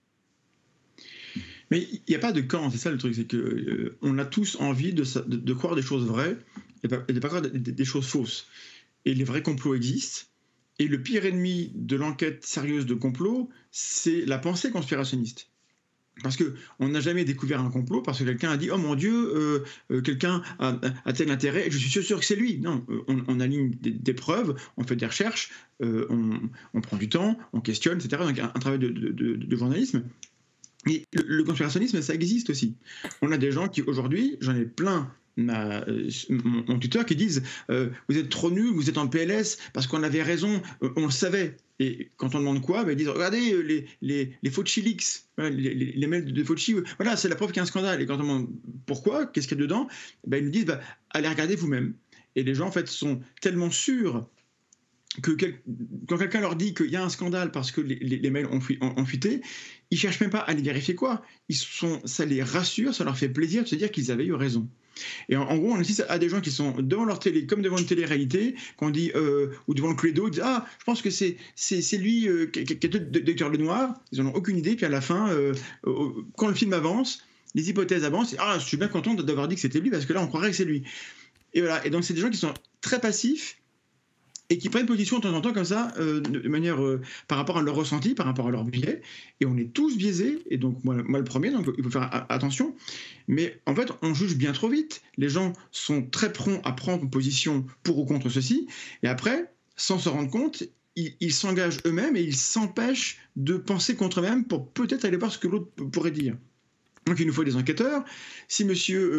Mais il n'y a pas de camp, c'est ça le truc, c'est qu'on euh, a tous envie de, de, de croire des choses vraies et, pas, et de ne pas croire des, des choses fausses. Et les vrais complots existent, et le pire ennemi de l'enquête sérieuse de complot, c'est la pensée conspirationniste. Parce qu'on n'a jamais découvert un complot parce que quelqu'un a dit « Oh mon Dieu, euh, euh, quelqu'un a, a tel intérêt, et je suis sûr, sûr que c'est lui ». Non, on, on aligne des, des preuves, on fait des recherches, euh, on, on prend du temps, on questionne, et cetera. Donc un, un travail de, de, de, de journalisme. Et le, le conspirationnisme, ça existe aussi. On a des gens qui, aujourd'hui, j'en ai plein, ma, euh, mon, mon tuteur, qui disent euh, « Vous êtes trop nuls, vous êtes en P L S, parce qu'on avait raison, euh, on le savait ». Et quand on demande quoi, ben ils disent « Regardez les, les, les Fauci leaks, les, les, les mails de Fauci, voilà, c'est la preuve qu'il y a un scandale. » Et quand on demande pourquoi, qu'est-ce qu'il y a dedans, ben ils nous disent bah, « Allez regarder vous-même ». Et les gens, en fait, sont tellement sûrs que quel, quand quelqu'un leur dit qu'il y a un scandale parce que les, les, les mails ont, fui, ont, ont fuité, ils ne cherchent même pas à les vérifier quoi. Ils sont, ça les rassure, ça leur fait plaisir de se dire qu'ils avaient eu raison. Et en, en gros, on assiste à des gens qui sont devant leur télé, comme devant une télé-réalité, qu'on dit, euh, ou devant le Cluedo, ils disent « Ah, je pense que c'est, c'est, c'est lui euh, qui, qui, qui est Docteur Lenoir ». Ils n'en ont aucune idée, puis à la fin, euh, euh, quand le film avance, les hypothèses avancent, et, « Ah, je suis bien content d'avoir dit que c'était lui, parce que là, on croirait que c'est lui ». Et voilà, et donc c'est des gens qui sont très passifs, et qui prennent position de temps en temps comme ça, euh, de manière euh, par rapport à leur ressenti, par rapport à leur biais, et on est tous biaisés, et donc moi, moi le premier, donc il faut faire a- attention, mais en fait on juge bien trop vite. Les gens sont très prompts à prendre une position pour ou contre ceci, et après, sans se rendre compte, ils, ils s'engagent eux-mêmes et ils s'empêchent de penser contre eux-mêmes pour peut-être aller voir ce que l'autre pourrait dire. Donc il nous faut des enquêteurs. Si M.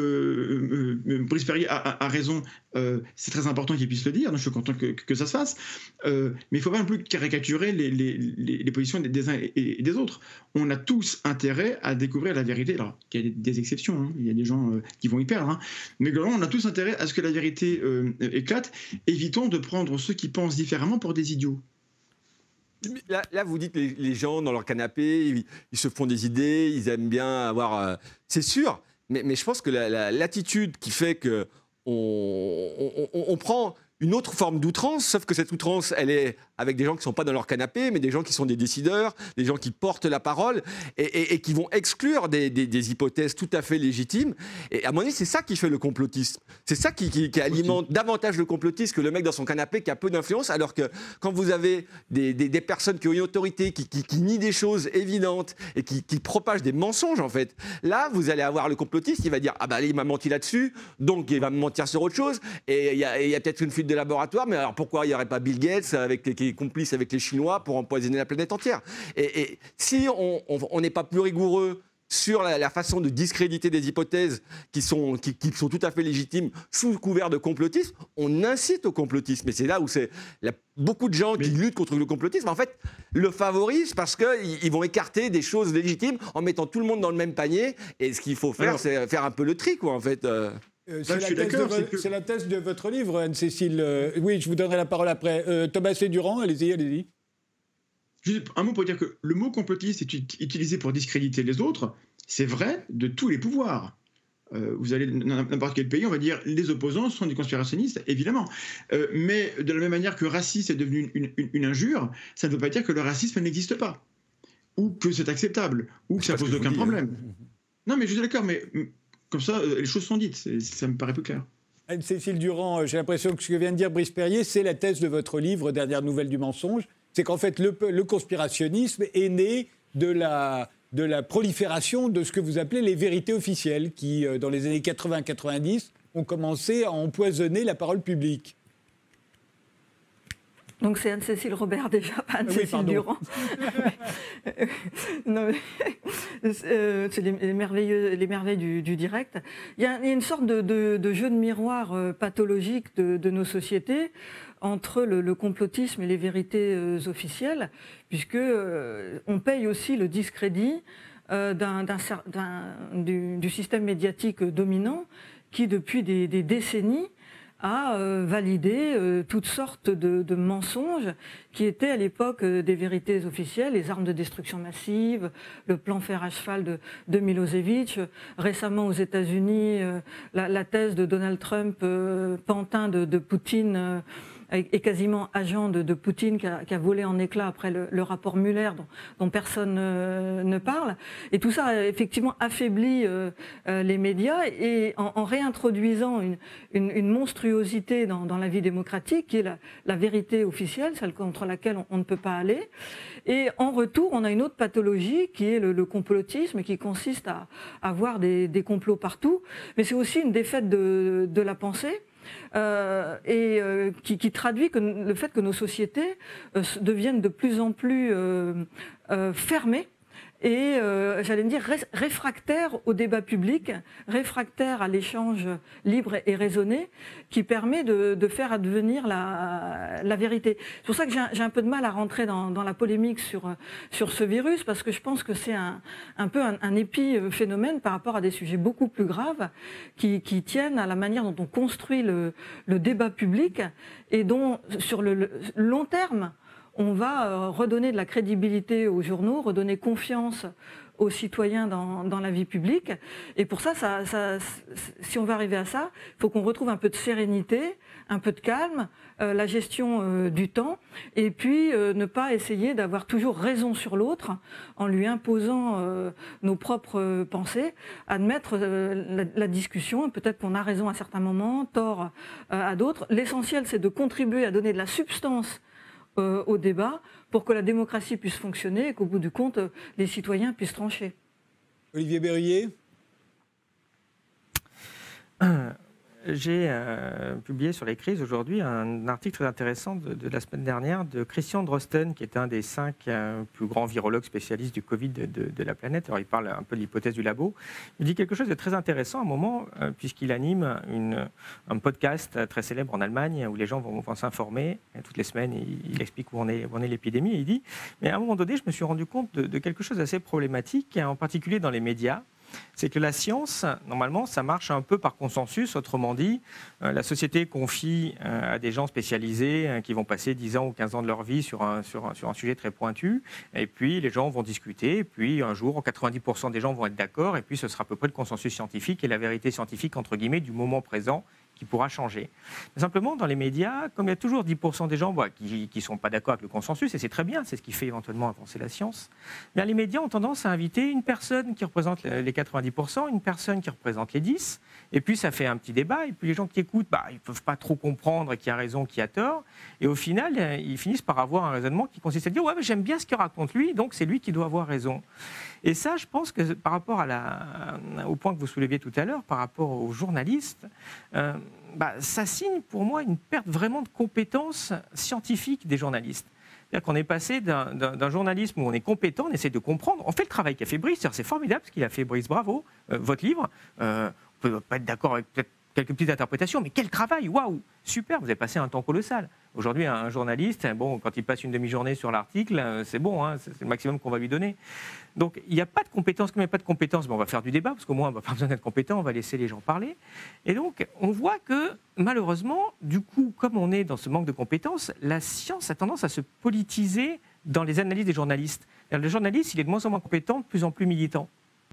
Euh, euh, Brice Perrier a, a, a raison, euh, c'est très important qu'il puisse le dire, donc je suis content que, que ça se fasse. Euh, mais il ne faut pas non plus caricaturer les, les, les, les positions des, des uns et des autres. On a tous intérêt à découvrir la vérité. Alors, il y a des, des exceptions, hein. Il y a des gens euh, qui vont y perdre. Hein. Mais globalement, on a tous intérêt à ce que la vérité euh, éclate. Évitons de prendre ceux qui pensent différemment pour des idiots. Là, là, vous dites les, les gens dans leur canapé, ils, ils se font des idées, ils aiment bien avoir... Euh, c'est sûr, mais, mais je pense que la, la, l'attitude qui fait qu'on on, on, on prend une autre forme d'outrance, sauf que cette outrance, elle est avec des gens qui ne sont pas dans leur canapé, mais des gens qui sont des décideurs, des gens qui portent la parole et, et, et qui vont exclure des, des, des hypothèses tout à fait légitimes. Et à mon avis, c'est ça qui fait le complotisme. C'est ça qui, qui, qui alimente davantage le complotisme que le mec dans son canapé qui a peu d'influence, alors que quand vous avez des, des, des personnes qui ont une autorité, qui, qui, qui nient des choses évidentes et qui, qui propagent des mensonges, en fait, là, vous allez avoir le complotiste qui va dire « Ah ben, il m'a menti là-dessus, donc il va me mentir sur autre chose, et il y a, y a peut-être une fuite de laboratoire, mais alors pourquoi il n'y aurait pas Bill Gates avec les, qui est complice avec les Chinois pour empoisonner la planète entière ?» Et, et si on n'est pas plus rigoureux sur la, la façon de discréditer des hypothèses qui sont, qui, qui sont tout à fait légitimes sous couvert de complotisme, on incite au complotisme. Et c'est là où c'est, il y a beaucoup de gens qui luttent contre le complotisme, en fait, le favorisent parce qu'ils ils vont écarter des choses légitimes en mettant tout le monde dans le même panier. Et ce qu'il faut faire, alors, c'est faire un peu le tri, quoi, en fait. Euh, euh, c'est, la thèse de vo- que... c'est la thèse de votre livre, Anne-Cécile. Euh, oui, je vous donnerai la parole après. Euh, Thomas Sédurant, allez-y, allez-y. Juste un mot pour dire que le mot complotiste est utilisé pour discréditer les autres. C'est vrai de tous les pouvoirs. Euh, vous allez dans n'importe quel pays, on va dire les opposants sont des conspirationnistes, évidemment. Euh, mais de la même manière que raciste est devenu une, une, une injure, ça ne veut pas dire que le racisme n'existe pas, ou que c'est acceptable, ou que ça pose aucun problème. Hein. Non, mais je suis d'accord, mais comme ça, les choses sont dites. C'est, ça me paraît plus clair. Anne-Cécile Durand, j'ai l'impression que ce que vient de dire Brice Perrier, c'est la thèse de votre livre, Dernière nouvelle du mensonge. C'est qu'en fait, le, le conspirationnisme est né de la, de la prolifération de ce que vous appelez les vérités officielles, qui, dans les années quatre-vingts quatre-vingt-dix, ont commencé à empoisonner la parole publique. Donc c'est Anne-Cécile Robert déjà, pas Anne-Cécile oui, Durand. non, mais, euh, c'est les, les, merveilleux, les merveilles du, du direct. Il y, a, il y a une sorte de, de, de jeu de miroir euh, pathologique de, de nos sociétés entre le, le complotisme et les vérités euh, officielles, puisque euh, on paye aussi le discrédit euh, d'un, d'un, d'un, du, du système médiatique dominant qui, depuis des, des décennies, a euh, validé euh, toutes sortes de, de mensonges qui étaient à l'époque euh, des vérités officielles, les armes de destruction massive, le plan fer à cheval de, de Milosevic, récemment aux États-Unis, euh, la, la thèse de Donald Trump, euh, pantin de, de Poutine, euh, et quasiment agent de, de Poutine qui a, qui a volé en éclats après le, le rapport Mueller dont, dont personne euh, ne parle. Et tout ça a effectivement affaibli euh, euh, les médias et en, en réintroduisant une, une, une monstruosité dans, dans la vie démocratique qui est la, la vérité officielle, celle contre laquelle on, on ne peut pas aller. Et en retour, on a une autre pathologie qui est le, le complotisme qui consiste à, à voir des, des complots partout. Mais c'est aussi une défaite de, de la pensée. Euh, et euh, qui, qui traduit que le fait que nos sociétés euh, deviennent de plus en plus euh, euh, fermées et, euh, j'allais me dire, réfractaires au débat public, réfractaires à l'échange libre et raisonné, qui permet de, de faire advenir la, la vérité. C'est pour ça que j'ai, j'ai un peu de mal à rentrer dans, dans la polémique sur, sur ce virus, parce que je pense que c'est un, un peu un, un épiphénomène par rapport à des sujets beaucoup plus graves, qui, qui tiennent à la manière dont on construit le, le débat public, et dont, sur le, le long terme, on va redonner de la crédibilité aux journaux, redonner confiance aux citoyens dans, dans la vie publique. Et pour ça, ça, ça, si on veut arriver à ça, il faut qu'on retrouve un peu de sérénité, un peu de calme, euh, la gestion euh, du temps, et puis euh, ne pas essayer d'avoir toujours raison sur l'autre en lui imposant euh, nos propres euh, pensées, admettre euh, la, la discussion. Peut-être qu'on a raison à certains moments, tort euh, à d'autres. L'essentiel, c'est de contribuer à donner de la substance Euh, au débat pour que la démocratie puisse fonctionner et qu'au bout du compte, euh, les citoyens puissent trancher. Olivier Berruyer. J'ai euh, publié sur les crises aujourd'hui un article très intéressant de, de la semaine dernière de Christian Drosten, qui est un des cinq euh, plus grands virologues spécialistes du Covid de, de, de la planète. Alors, il parle un peu de l'hypothèse du labo. Il dit quelque chose de très intéressant à un moment, euh, puisqu'il anime une, un podcast très célèbre en Allemagne où les gens vont, vont s'informer toutes les semaines. Il, il explique où en est, où en est l'épidémie. Et il dit, mais à un moment donné, je me suis rendu compte de, de quelque chose d'assez problématique, en particulier dans les médias. C'est que la science, normalement, ça marche un peu par consensus. Autrement dit, euh, la société confie euh, à des gens spécialisés euh, qui vont passer dix ans ou quinze ans de leur vie sur un, sur, un, sur un sujet très pointu. Et puis, les gens vont discuter. Et puis, un jour, quatre-vingt-dix pour cent des gens vont être d'accord. Et puis, ce sera à peu près le consensus scientifique et la vérité scientifique, entre guillemets, du moment présent qui pourra changer. Mais simplement, dans les médias, comme il y a toujours dix pour cent des gens bah, qui ne sont pas d'accord avec le consensus, et c'est très bien, c'est ce qui fait éventuellement avancer la science, bien, les médias ont tendance à inviter une personne qui représente les quatre-vingt-dix pour cent, une personne qui représente les dix, et puis ça fait un petit débat, et puis les gens qui écoutent, bah, ils ne peuvent pas trop comprendre qui a raison, qui a tort, et au final, ils finissent par avoir un raisonnement qui consiste à dire « ouais, mais j'aime bien ce qu'il raconte lui, donc c'est lui qui doit avoir raison ». Et ça, je pense que par rapport à la, au point que vous souleviez tout à l'heure, par rapport aux journalistes, euh, bah, ça signe pour moi une perte vraiment de compétences scientifiques des journalistes. C'est-à-dire qu'on est passé d'un, d'un, d'un journalisme où on est compétent, on essaie de comprendre, on fait le travail qu'a fait Brice, c'est formidable ce qu'il a fait Brice, bravo, euh, votre livre, euh, on ne peut pas être d'accord avec peut-être quelques petites interprétations, mais quel travail, waouh, super, vous avez passé un temps colossal. Aujourd'hui, un journaliste, bon, quand il passe une demi-journée sur l'article, c'est bon, hein, c'est le maximum qu'on va lui donner. Donc, il n'y a pas de compétences. Comme il n'y a pas de compétences, ben, on va faire du débat, parce qu'au moins, on n'a pas besoin d'être compétent, on va laisser les gens parler. Et donc, on voit que, malheureusement, du coup, comme on est dans ce manque de compétences, la science a tendance à se politiser dans les analyses des journalistes. Le journaliste, il est de moins en moins compétent, de plus en plus militant.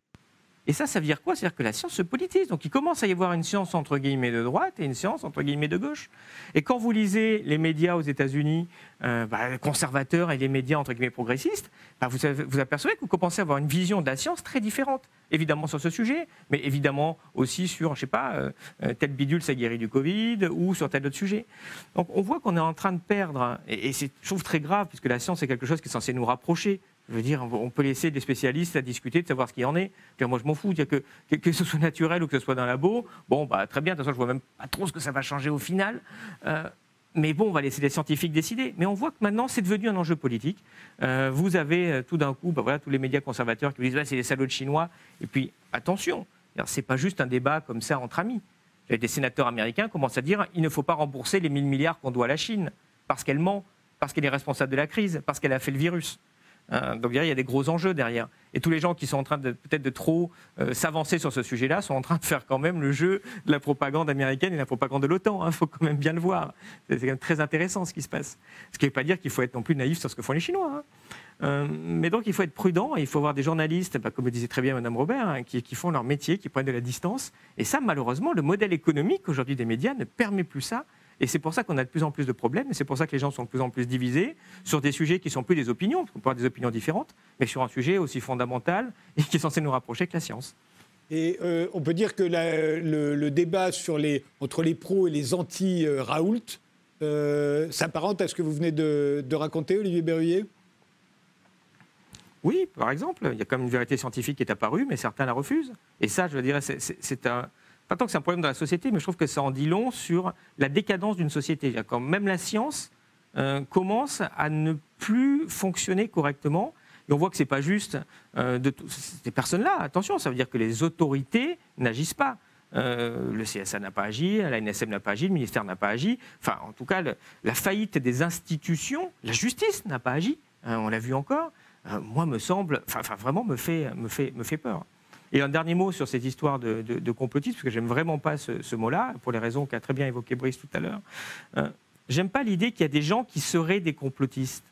Et ça, ça veut dire quoi? C'est-à-dire que la science se politise. Donc il commence à y avoir une science entre guillemets de droite et une science entre guillemets de gauche. Et quand vous lisez les médias aux États-Unis, euh, bah, conservateurs et les médias entre guillemets progressistes, bah, vous, vous apercevez que vous commencez à avoir une vision de la science très différente. Évidemment sur ce sujet, mais évidemment aussi sur, je sais pas, euh, tel bidule ça guérit du Covid ou sur tel autre sujet. Donc on voit qu'on est en train de perdre, et, et c'est, je trouve, très grave, puisque la science est quelque chose qui est censé nous rapprocher. Je veux dire, on peut laisser des spécialistes à discuter, de savoir ce qu'il y en est. Dire, moi, je m'en fous. Dire que, que, que ce soit naturel ou que ce soit dans un labo, bon, bah, très bien. De toute façon, je ne vois même pas trop ce que ça va changer au final. Euh, mais bon, on va laisser les scientifiques décider. Mais on voit que maintenant, c'est devenu un enjeu politique. Euh, vous avez euh, tout d'un coup, bah, voilà, tous les médias conservateurs qui vous disent bah, c'est les salauds de Chinois. Et puis, attention, ce n'est pas juste un débat comme ça entre amis. Des sénateurs américains commencent à dire il ne faut pas rembourser les mille milliards qu'on doit à la Chine parce qu'elle ment, parce qu'elle est responsable de la crise, parce qu'elle a fait le virus. Euh, donc derrière, il y a des gros enjeux derrière. Et tous les gens qui sont en train de peut-être de trop euh, s'avancer sur ce sujet-là sont en train de faire quand même le jeu de la propagande américaine et de la propagande de l'OTAN. Il hein, faut quand même bien le voir. C'est quand même très intéressant ce qui se passe. Ce qui ne veut pas dire qu'il faut être non plus naïf sur ce que font les Chinois. Hein. Euh, mais donc il faut être prudent et il faut avoir des journalistes, bah, comme le disait très bien Mme Robert, hein, qui, qui font leur métier, qui prennent de la distance. Et ça, malheureusement, le modèle économique aujourd'hui des médias ne permet plus ça. Et c'est pour ça qu'on a de plus en plus de problèmes, et c'est pour ça que les gens sont de plus en plus divisés sur des sujets qui ne sont plus des opinions, parce qu'on peut avoir des opinions différentes, mais sur un sujet aussi fondamental et qui est censé nous rapprocher que la science. Et euh, on peut dire que la, le, le débat sur les, entre les pros et les anti-Raoult euh, s'apparente à ce que vous venez de, de raconter, Olivier Berruyer ? Oui, par exemple, il y a quand même une vérité scientifique qui est apparue, mais certains la refusent. Et ça, je dirais, c'est, c'est, c'est un... Pas tant que c'est un problème de la société, mais je trouve que ça en dit long sur la décadence d'une société. Quand même la science euh, commence à ne plus fonctionner correctement, et on voit que ce n'est pas juste euh, de t- ces personnes-là. Attention, ça veut dire que les autorités n'agissent pas. Euh, le C S A n'a pas agi, la N S M n'a pas agi, le ministère n'a pas agi. Enfin, en tout cas, le, la faillite des institutions, la justice n'a pas agi. Hein, on l'a vu encore. Euh, moi, me semble, enfin, vraiment, me fait, me fait, me fait peur. Et un dernier mot sur cette histoire de, de, de complotisme, parce que j'aime vraiment pas ce, ce mot-là, pour les raisons qu'a très bien évoqué Brice tout à l'heure. Euh, j'aime pas l'idée qu'il y a des gens qui seraient des complotistes.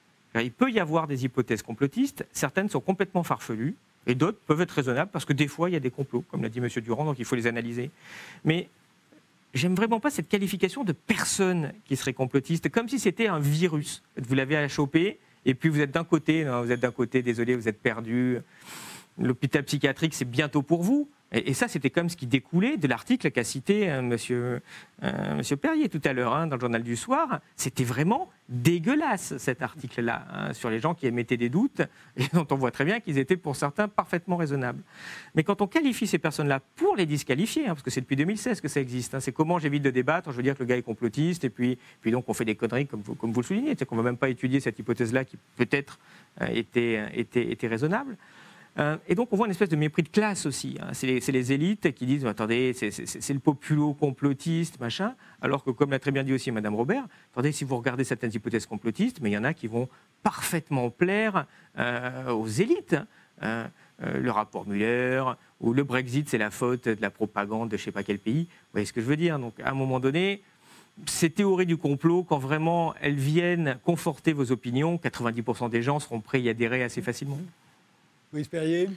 Il peut y avoir des hypothèses complotistes, certaines sont complètement farfelues, et d'autres peuvent être raisonnables, parce que des fois, il y a des complots, comme l'a dit M. Durand, donc il faut les analyser. Mais j'aime vraiment pas cette qualification de personne qui serait complotiste, comme si c'était un virus. Vous l'avez chopé, et puis vous êtes d'un côté, non, vous êtes d'un côté, désolé, vous êtes perdu. L'hôpital psychiatrique, c'est bientôt pour vous. Et, et ça, c'était comme ce qui découlait de l'article qu'a cité euh, monsieur, euh, monsieur Perrier tout à l'heure hein, dans le Journal du Soir. C'était vraiment dégueulasse, cet article-là, hein, sur les gens qui émettaient des doutes et dont on voit très bien qu'ils étaient, pour certains, parfaitement raisonnables. Mais quand on qualifie ces personnes-là pour les disqualifier, hein, parce que c'est depuis deux mille seize que ça existe, hein, c'est comment j'évite de débattre, je veux dire que le gars est complotiste, et puis, puis donc on fait des conneries, comme vous, comme vous le soulignez, c'est qu'on ne va même pas étudier cette hypothèse-là qui peut-être euh, était, était, était raisonnable. Euh, et donc, on voit une espèce de mépris de classe aussi. Hein. C'est, les, c'est les élites qui disent « Attendez, c'est, c'est, c'est le populo-complotiste, machin », alors que, comme l'a très bien dit aussi Mme Robert, attendez, si vous regardez certaines hypothèses complotistes, mais il y en a qui vont parfaitement plaire euh, aux élites. Euh, euh, le rapport Muller, ou le Brexit, c'est la faute de la propagande de je ne sais pas quel pays. Vous voyez ce que je veux dire ? Donc, à un moment donné, ces théories du complot, quand vraiment elles viennent conforter vos opinions, quatre-vingt-dix pour cent des gens seront prêts à y adhérer assez facilement. Brice Perrier ?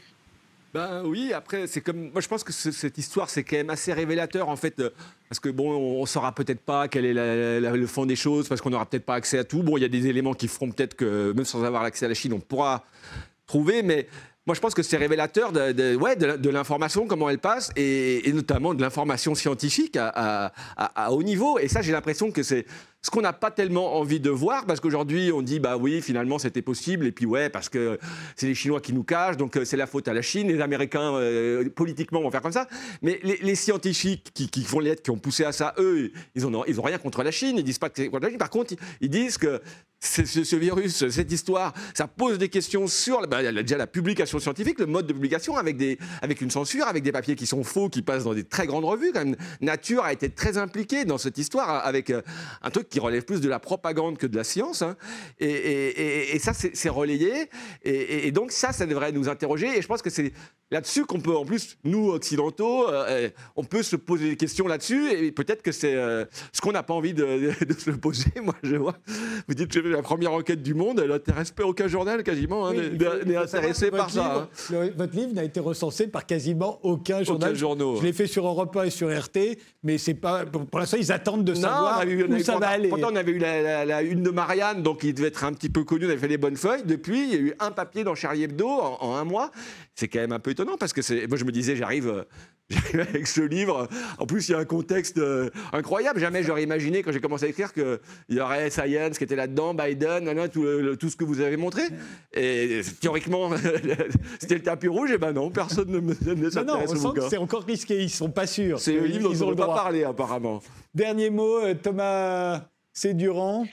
Ben oui, après, c'est comme. Moi, je pense que ce, cette histoire, c'est quand même assez révélateur, en fait. Euh, parce que, bon, on ne saura peut-être pas quel est la, la, le fond des choses, parce qu'on n'aura peut-être pas accès à tout. Bon, il y a des éléments qui feront peut-être que, même sans avoir accès à la Chine, on pourra trouver, mais. Moi, je pense que c'est révélateur de, de, ouais, de, de l'information, comment elle passe, et, et notamment de l'information scientifique à, à, à, à haut niveau. Et ça, j'ai l'impression que c'est ce qu'on n'a pas tellement envie de voir, parce qu'aujourd'hui, on dit, bah oui, finalement, c'était possible, et puis ouais, parce que c'est les Chinois qui nous cachent, donc c'est la faute à la Chine, les Américains, euh, politiquement, vont faire comme ça. Mais les, les scientifiques qui, qui font lettres, qui ont poussé à ça, eux, ils n'ont ils ont rien contre la Chine, ils disent pas que c'est contre la Chine. Par contre, ils disent que ce, ce virus, cette histoire, ça pose des questions sur bah, déjà la publication scientifique, le mode de publication, avec, des, avec une censure, avec des papiers qui sont faux, qui passent dans des très grandes revues. Quand même, Nature a été très impliquée dans cette histoire, avec euh, un truc qui relève plus de la propagande que de la science. Hein. Et, et, et, et ça, c'est, c'est relayé. Et, et donc ça, ça devrait nous interroger. Et je pense que c'est là-dessus qu'on peut, en plus, nous, occidentaux, euh, on peut se poser des questions là-dessus. Et peut-être que c'est euh, ce qu'on n'a pas envie de, de, de se poser. Moi, je vois, vous dites que la première enquête du monde, elle n'intéresse pas aucun journal, quasiment, hein, oui, n'est intéressé par ça. Livre, hein. le, votre livre n'a été recensé par quasiment aucun journal. Aucun journaux. Je l'ai fait sur Europe un et sur R T, mais c'est pas, pour l'instant, ils attendent de non, savoir eu, où ça pourtant, va aller. Pourtant, on avait eu la, la, la une de Marianne, donc il devait être un petit peu connu, on avait fait les bonnes feuilles. Depuis, il y a eu un papier dans Charlie Hebdo en, en un mois. C'est quand même un peu étonnant, parce que c'est, moi, je me disais, j'arrive... J'arrive avec ce livre. En plus, il y a un contexte euh, incroyable. Jamais j'aurais imaginé, quand j'ai commencé à écrire, qu'il y aurait Science qui était là-dedans, Biden, nan, nan, tout, le, tout ce que vous avez montré. Et théoriquement, c'était le tapis rouge. Et ben non, personne ne me ne s'intéresse non, non, on au sent bouquin. que c'est encore risqué. Ils ne sont pas sûrs. C'est le livre dont ils on ont ne peut pas droit. parler, apparemment. Dernier mot, Thomas Sédurant.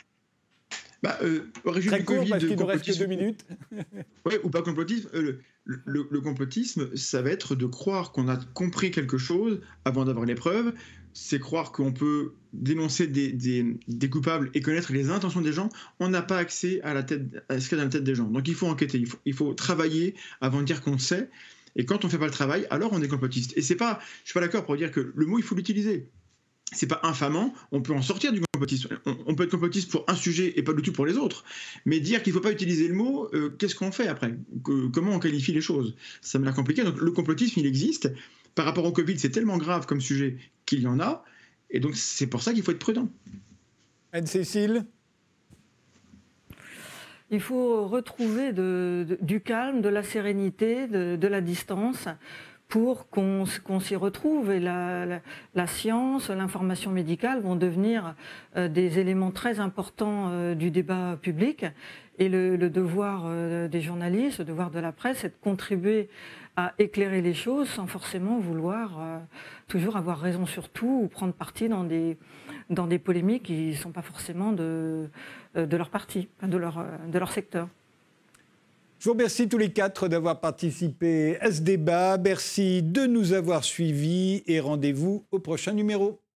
Bah, euh, origine Très du court, Covid, parce qu'il ne reste que complotisme, deux minutes. Ouais, ou pas complotisme. Euh, le, le, le complotisme, ça va être de croire qu'on a compris quelque chose avant d'avoir les preuves. C'est croire qu'on peut dénoncer des, des, des coupables et connaître les intentions des gens. On n'a pas accès à, la tête, à ce qu'il y a dans la tête des gens. Donc il faut enquêter, il faut, il faut travailler avant de dire qu'on sait. Et quand on ne fait pas le travail, alors on est complotiste. Et c'est pas, je ne suis pas d'accord pour dire que le mot, il faut l'utiliser. C'est pas infamant, on peut en sortir du complotisme. On, on peut être complotiste pour un sujet et pas du tout pour les autres. Mais dire qu'il ne faut pas utiliser le mot, euh, qu'est-ce qu'on fait après ? que, Comment on qualifie les choses ? Ça me l'a compliqué. Donc le complotisme, il existe. Par rapport au Covid, c'est tellement grave comme sujet qu'il y en a. Et donc c'est pour ça qu'il faut être prudent. Anne-Cécile ? Il faut retrouver de, de, du calme, de la sérénité, de, de la distance, pour qu'on, qu'on s'y retrouve. Et la, la, la science, l'information médicale vont devenir euh, des éléments très importants euh, du débat public. Et le, le devoir euh, des journalistes, le devoir de la presse, c'est de contribuer à éclairer les choses sans forcément vouloir euh, toujours avoir raison sur tout ou prendre parti dans des, dans des polémiques qui ne sont pas forcément de, de leur parti, de leur, de leur secteur. Je vous remercie tous les quatre d'avoir participé à ce débat. Merci de nous avoir suivis et rendez-vous au prochain numéro.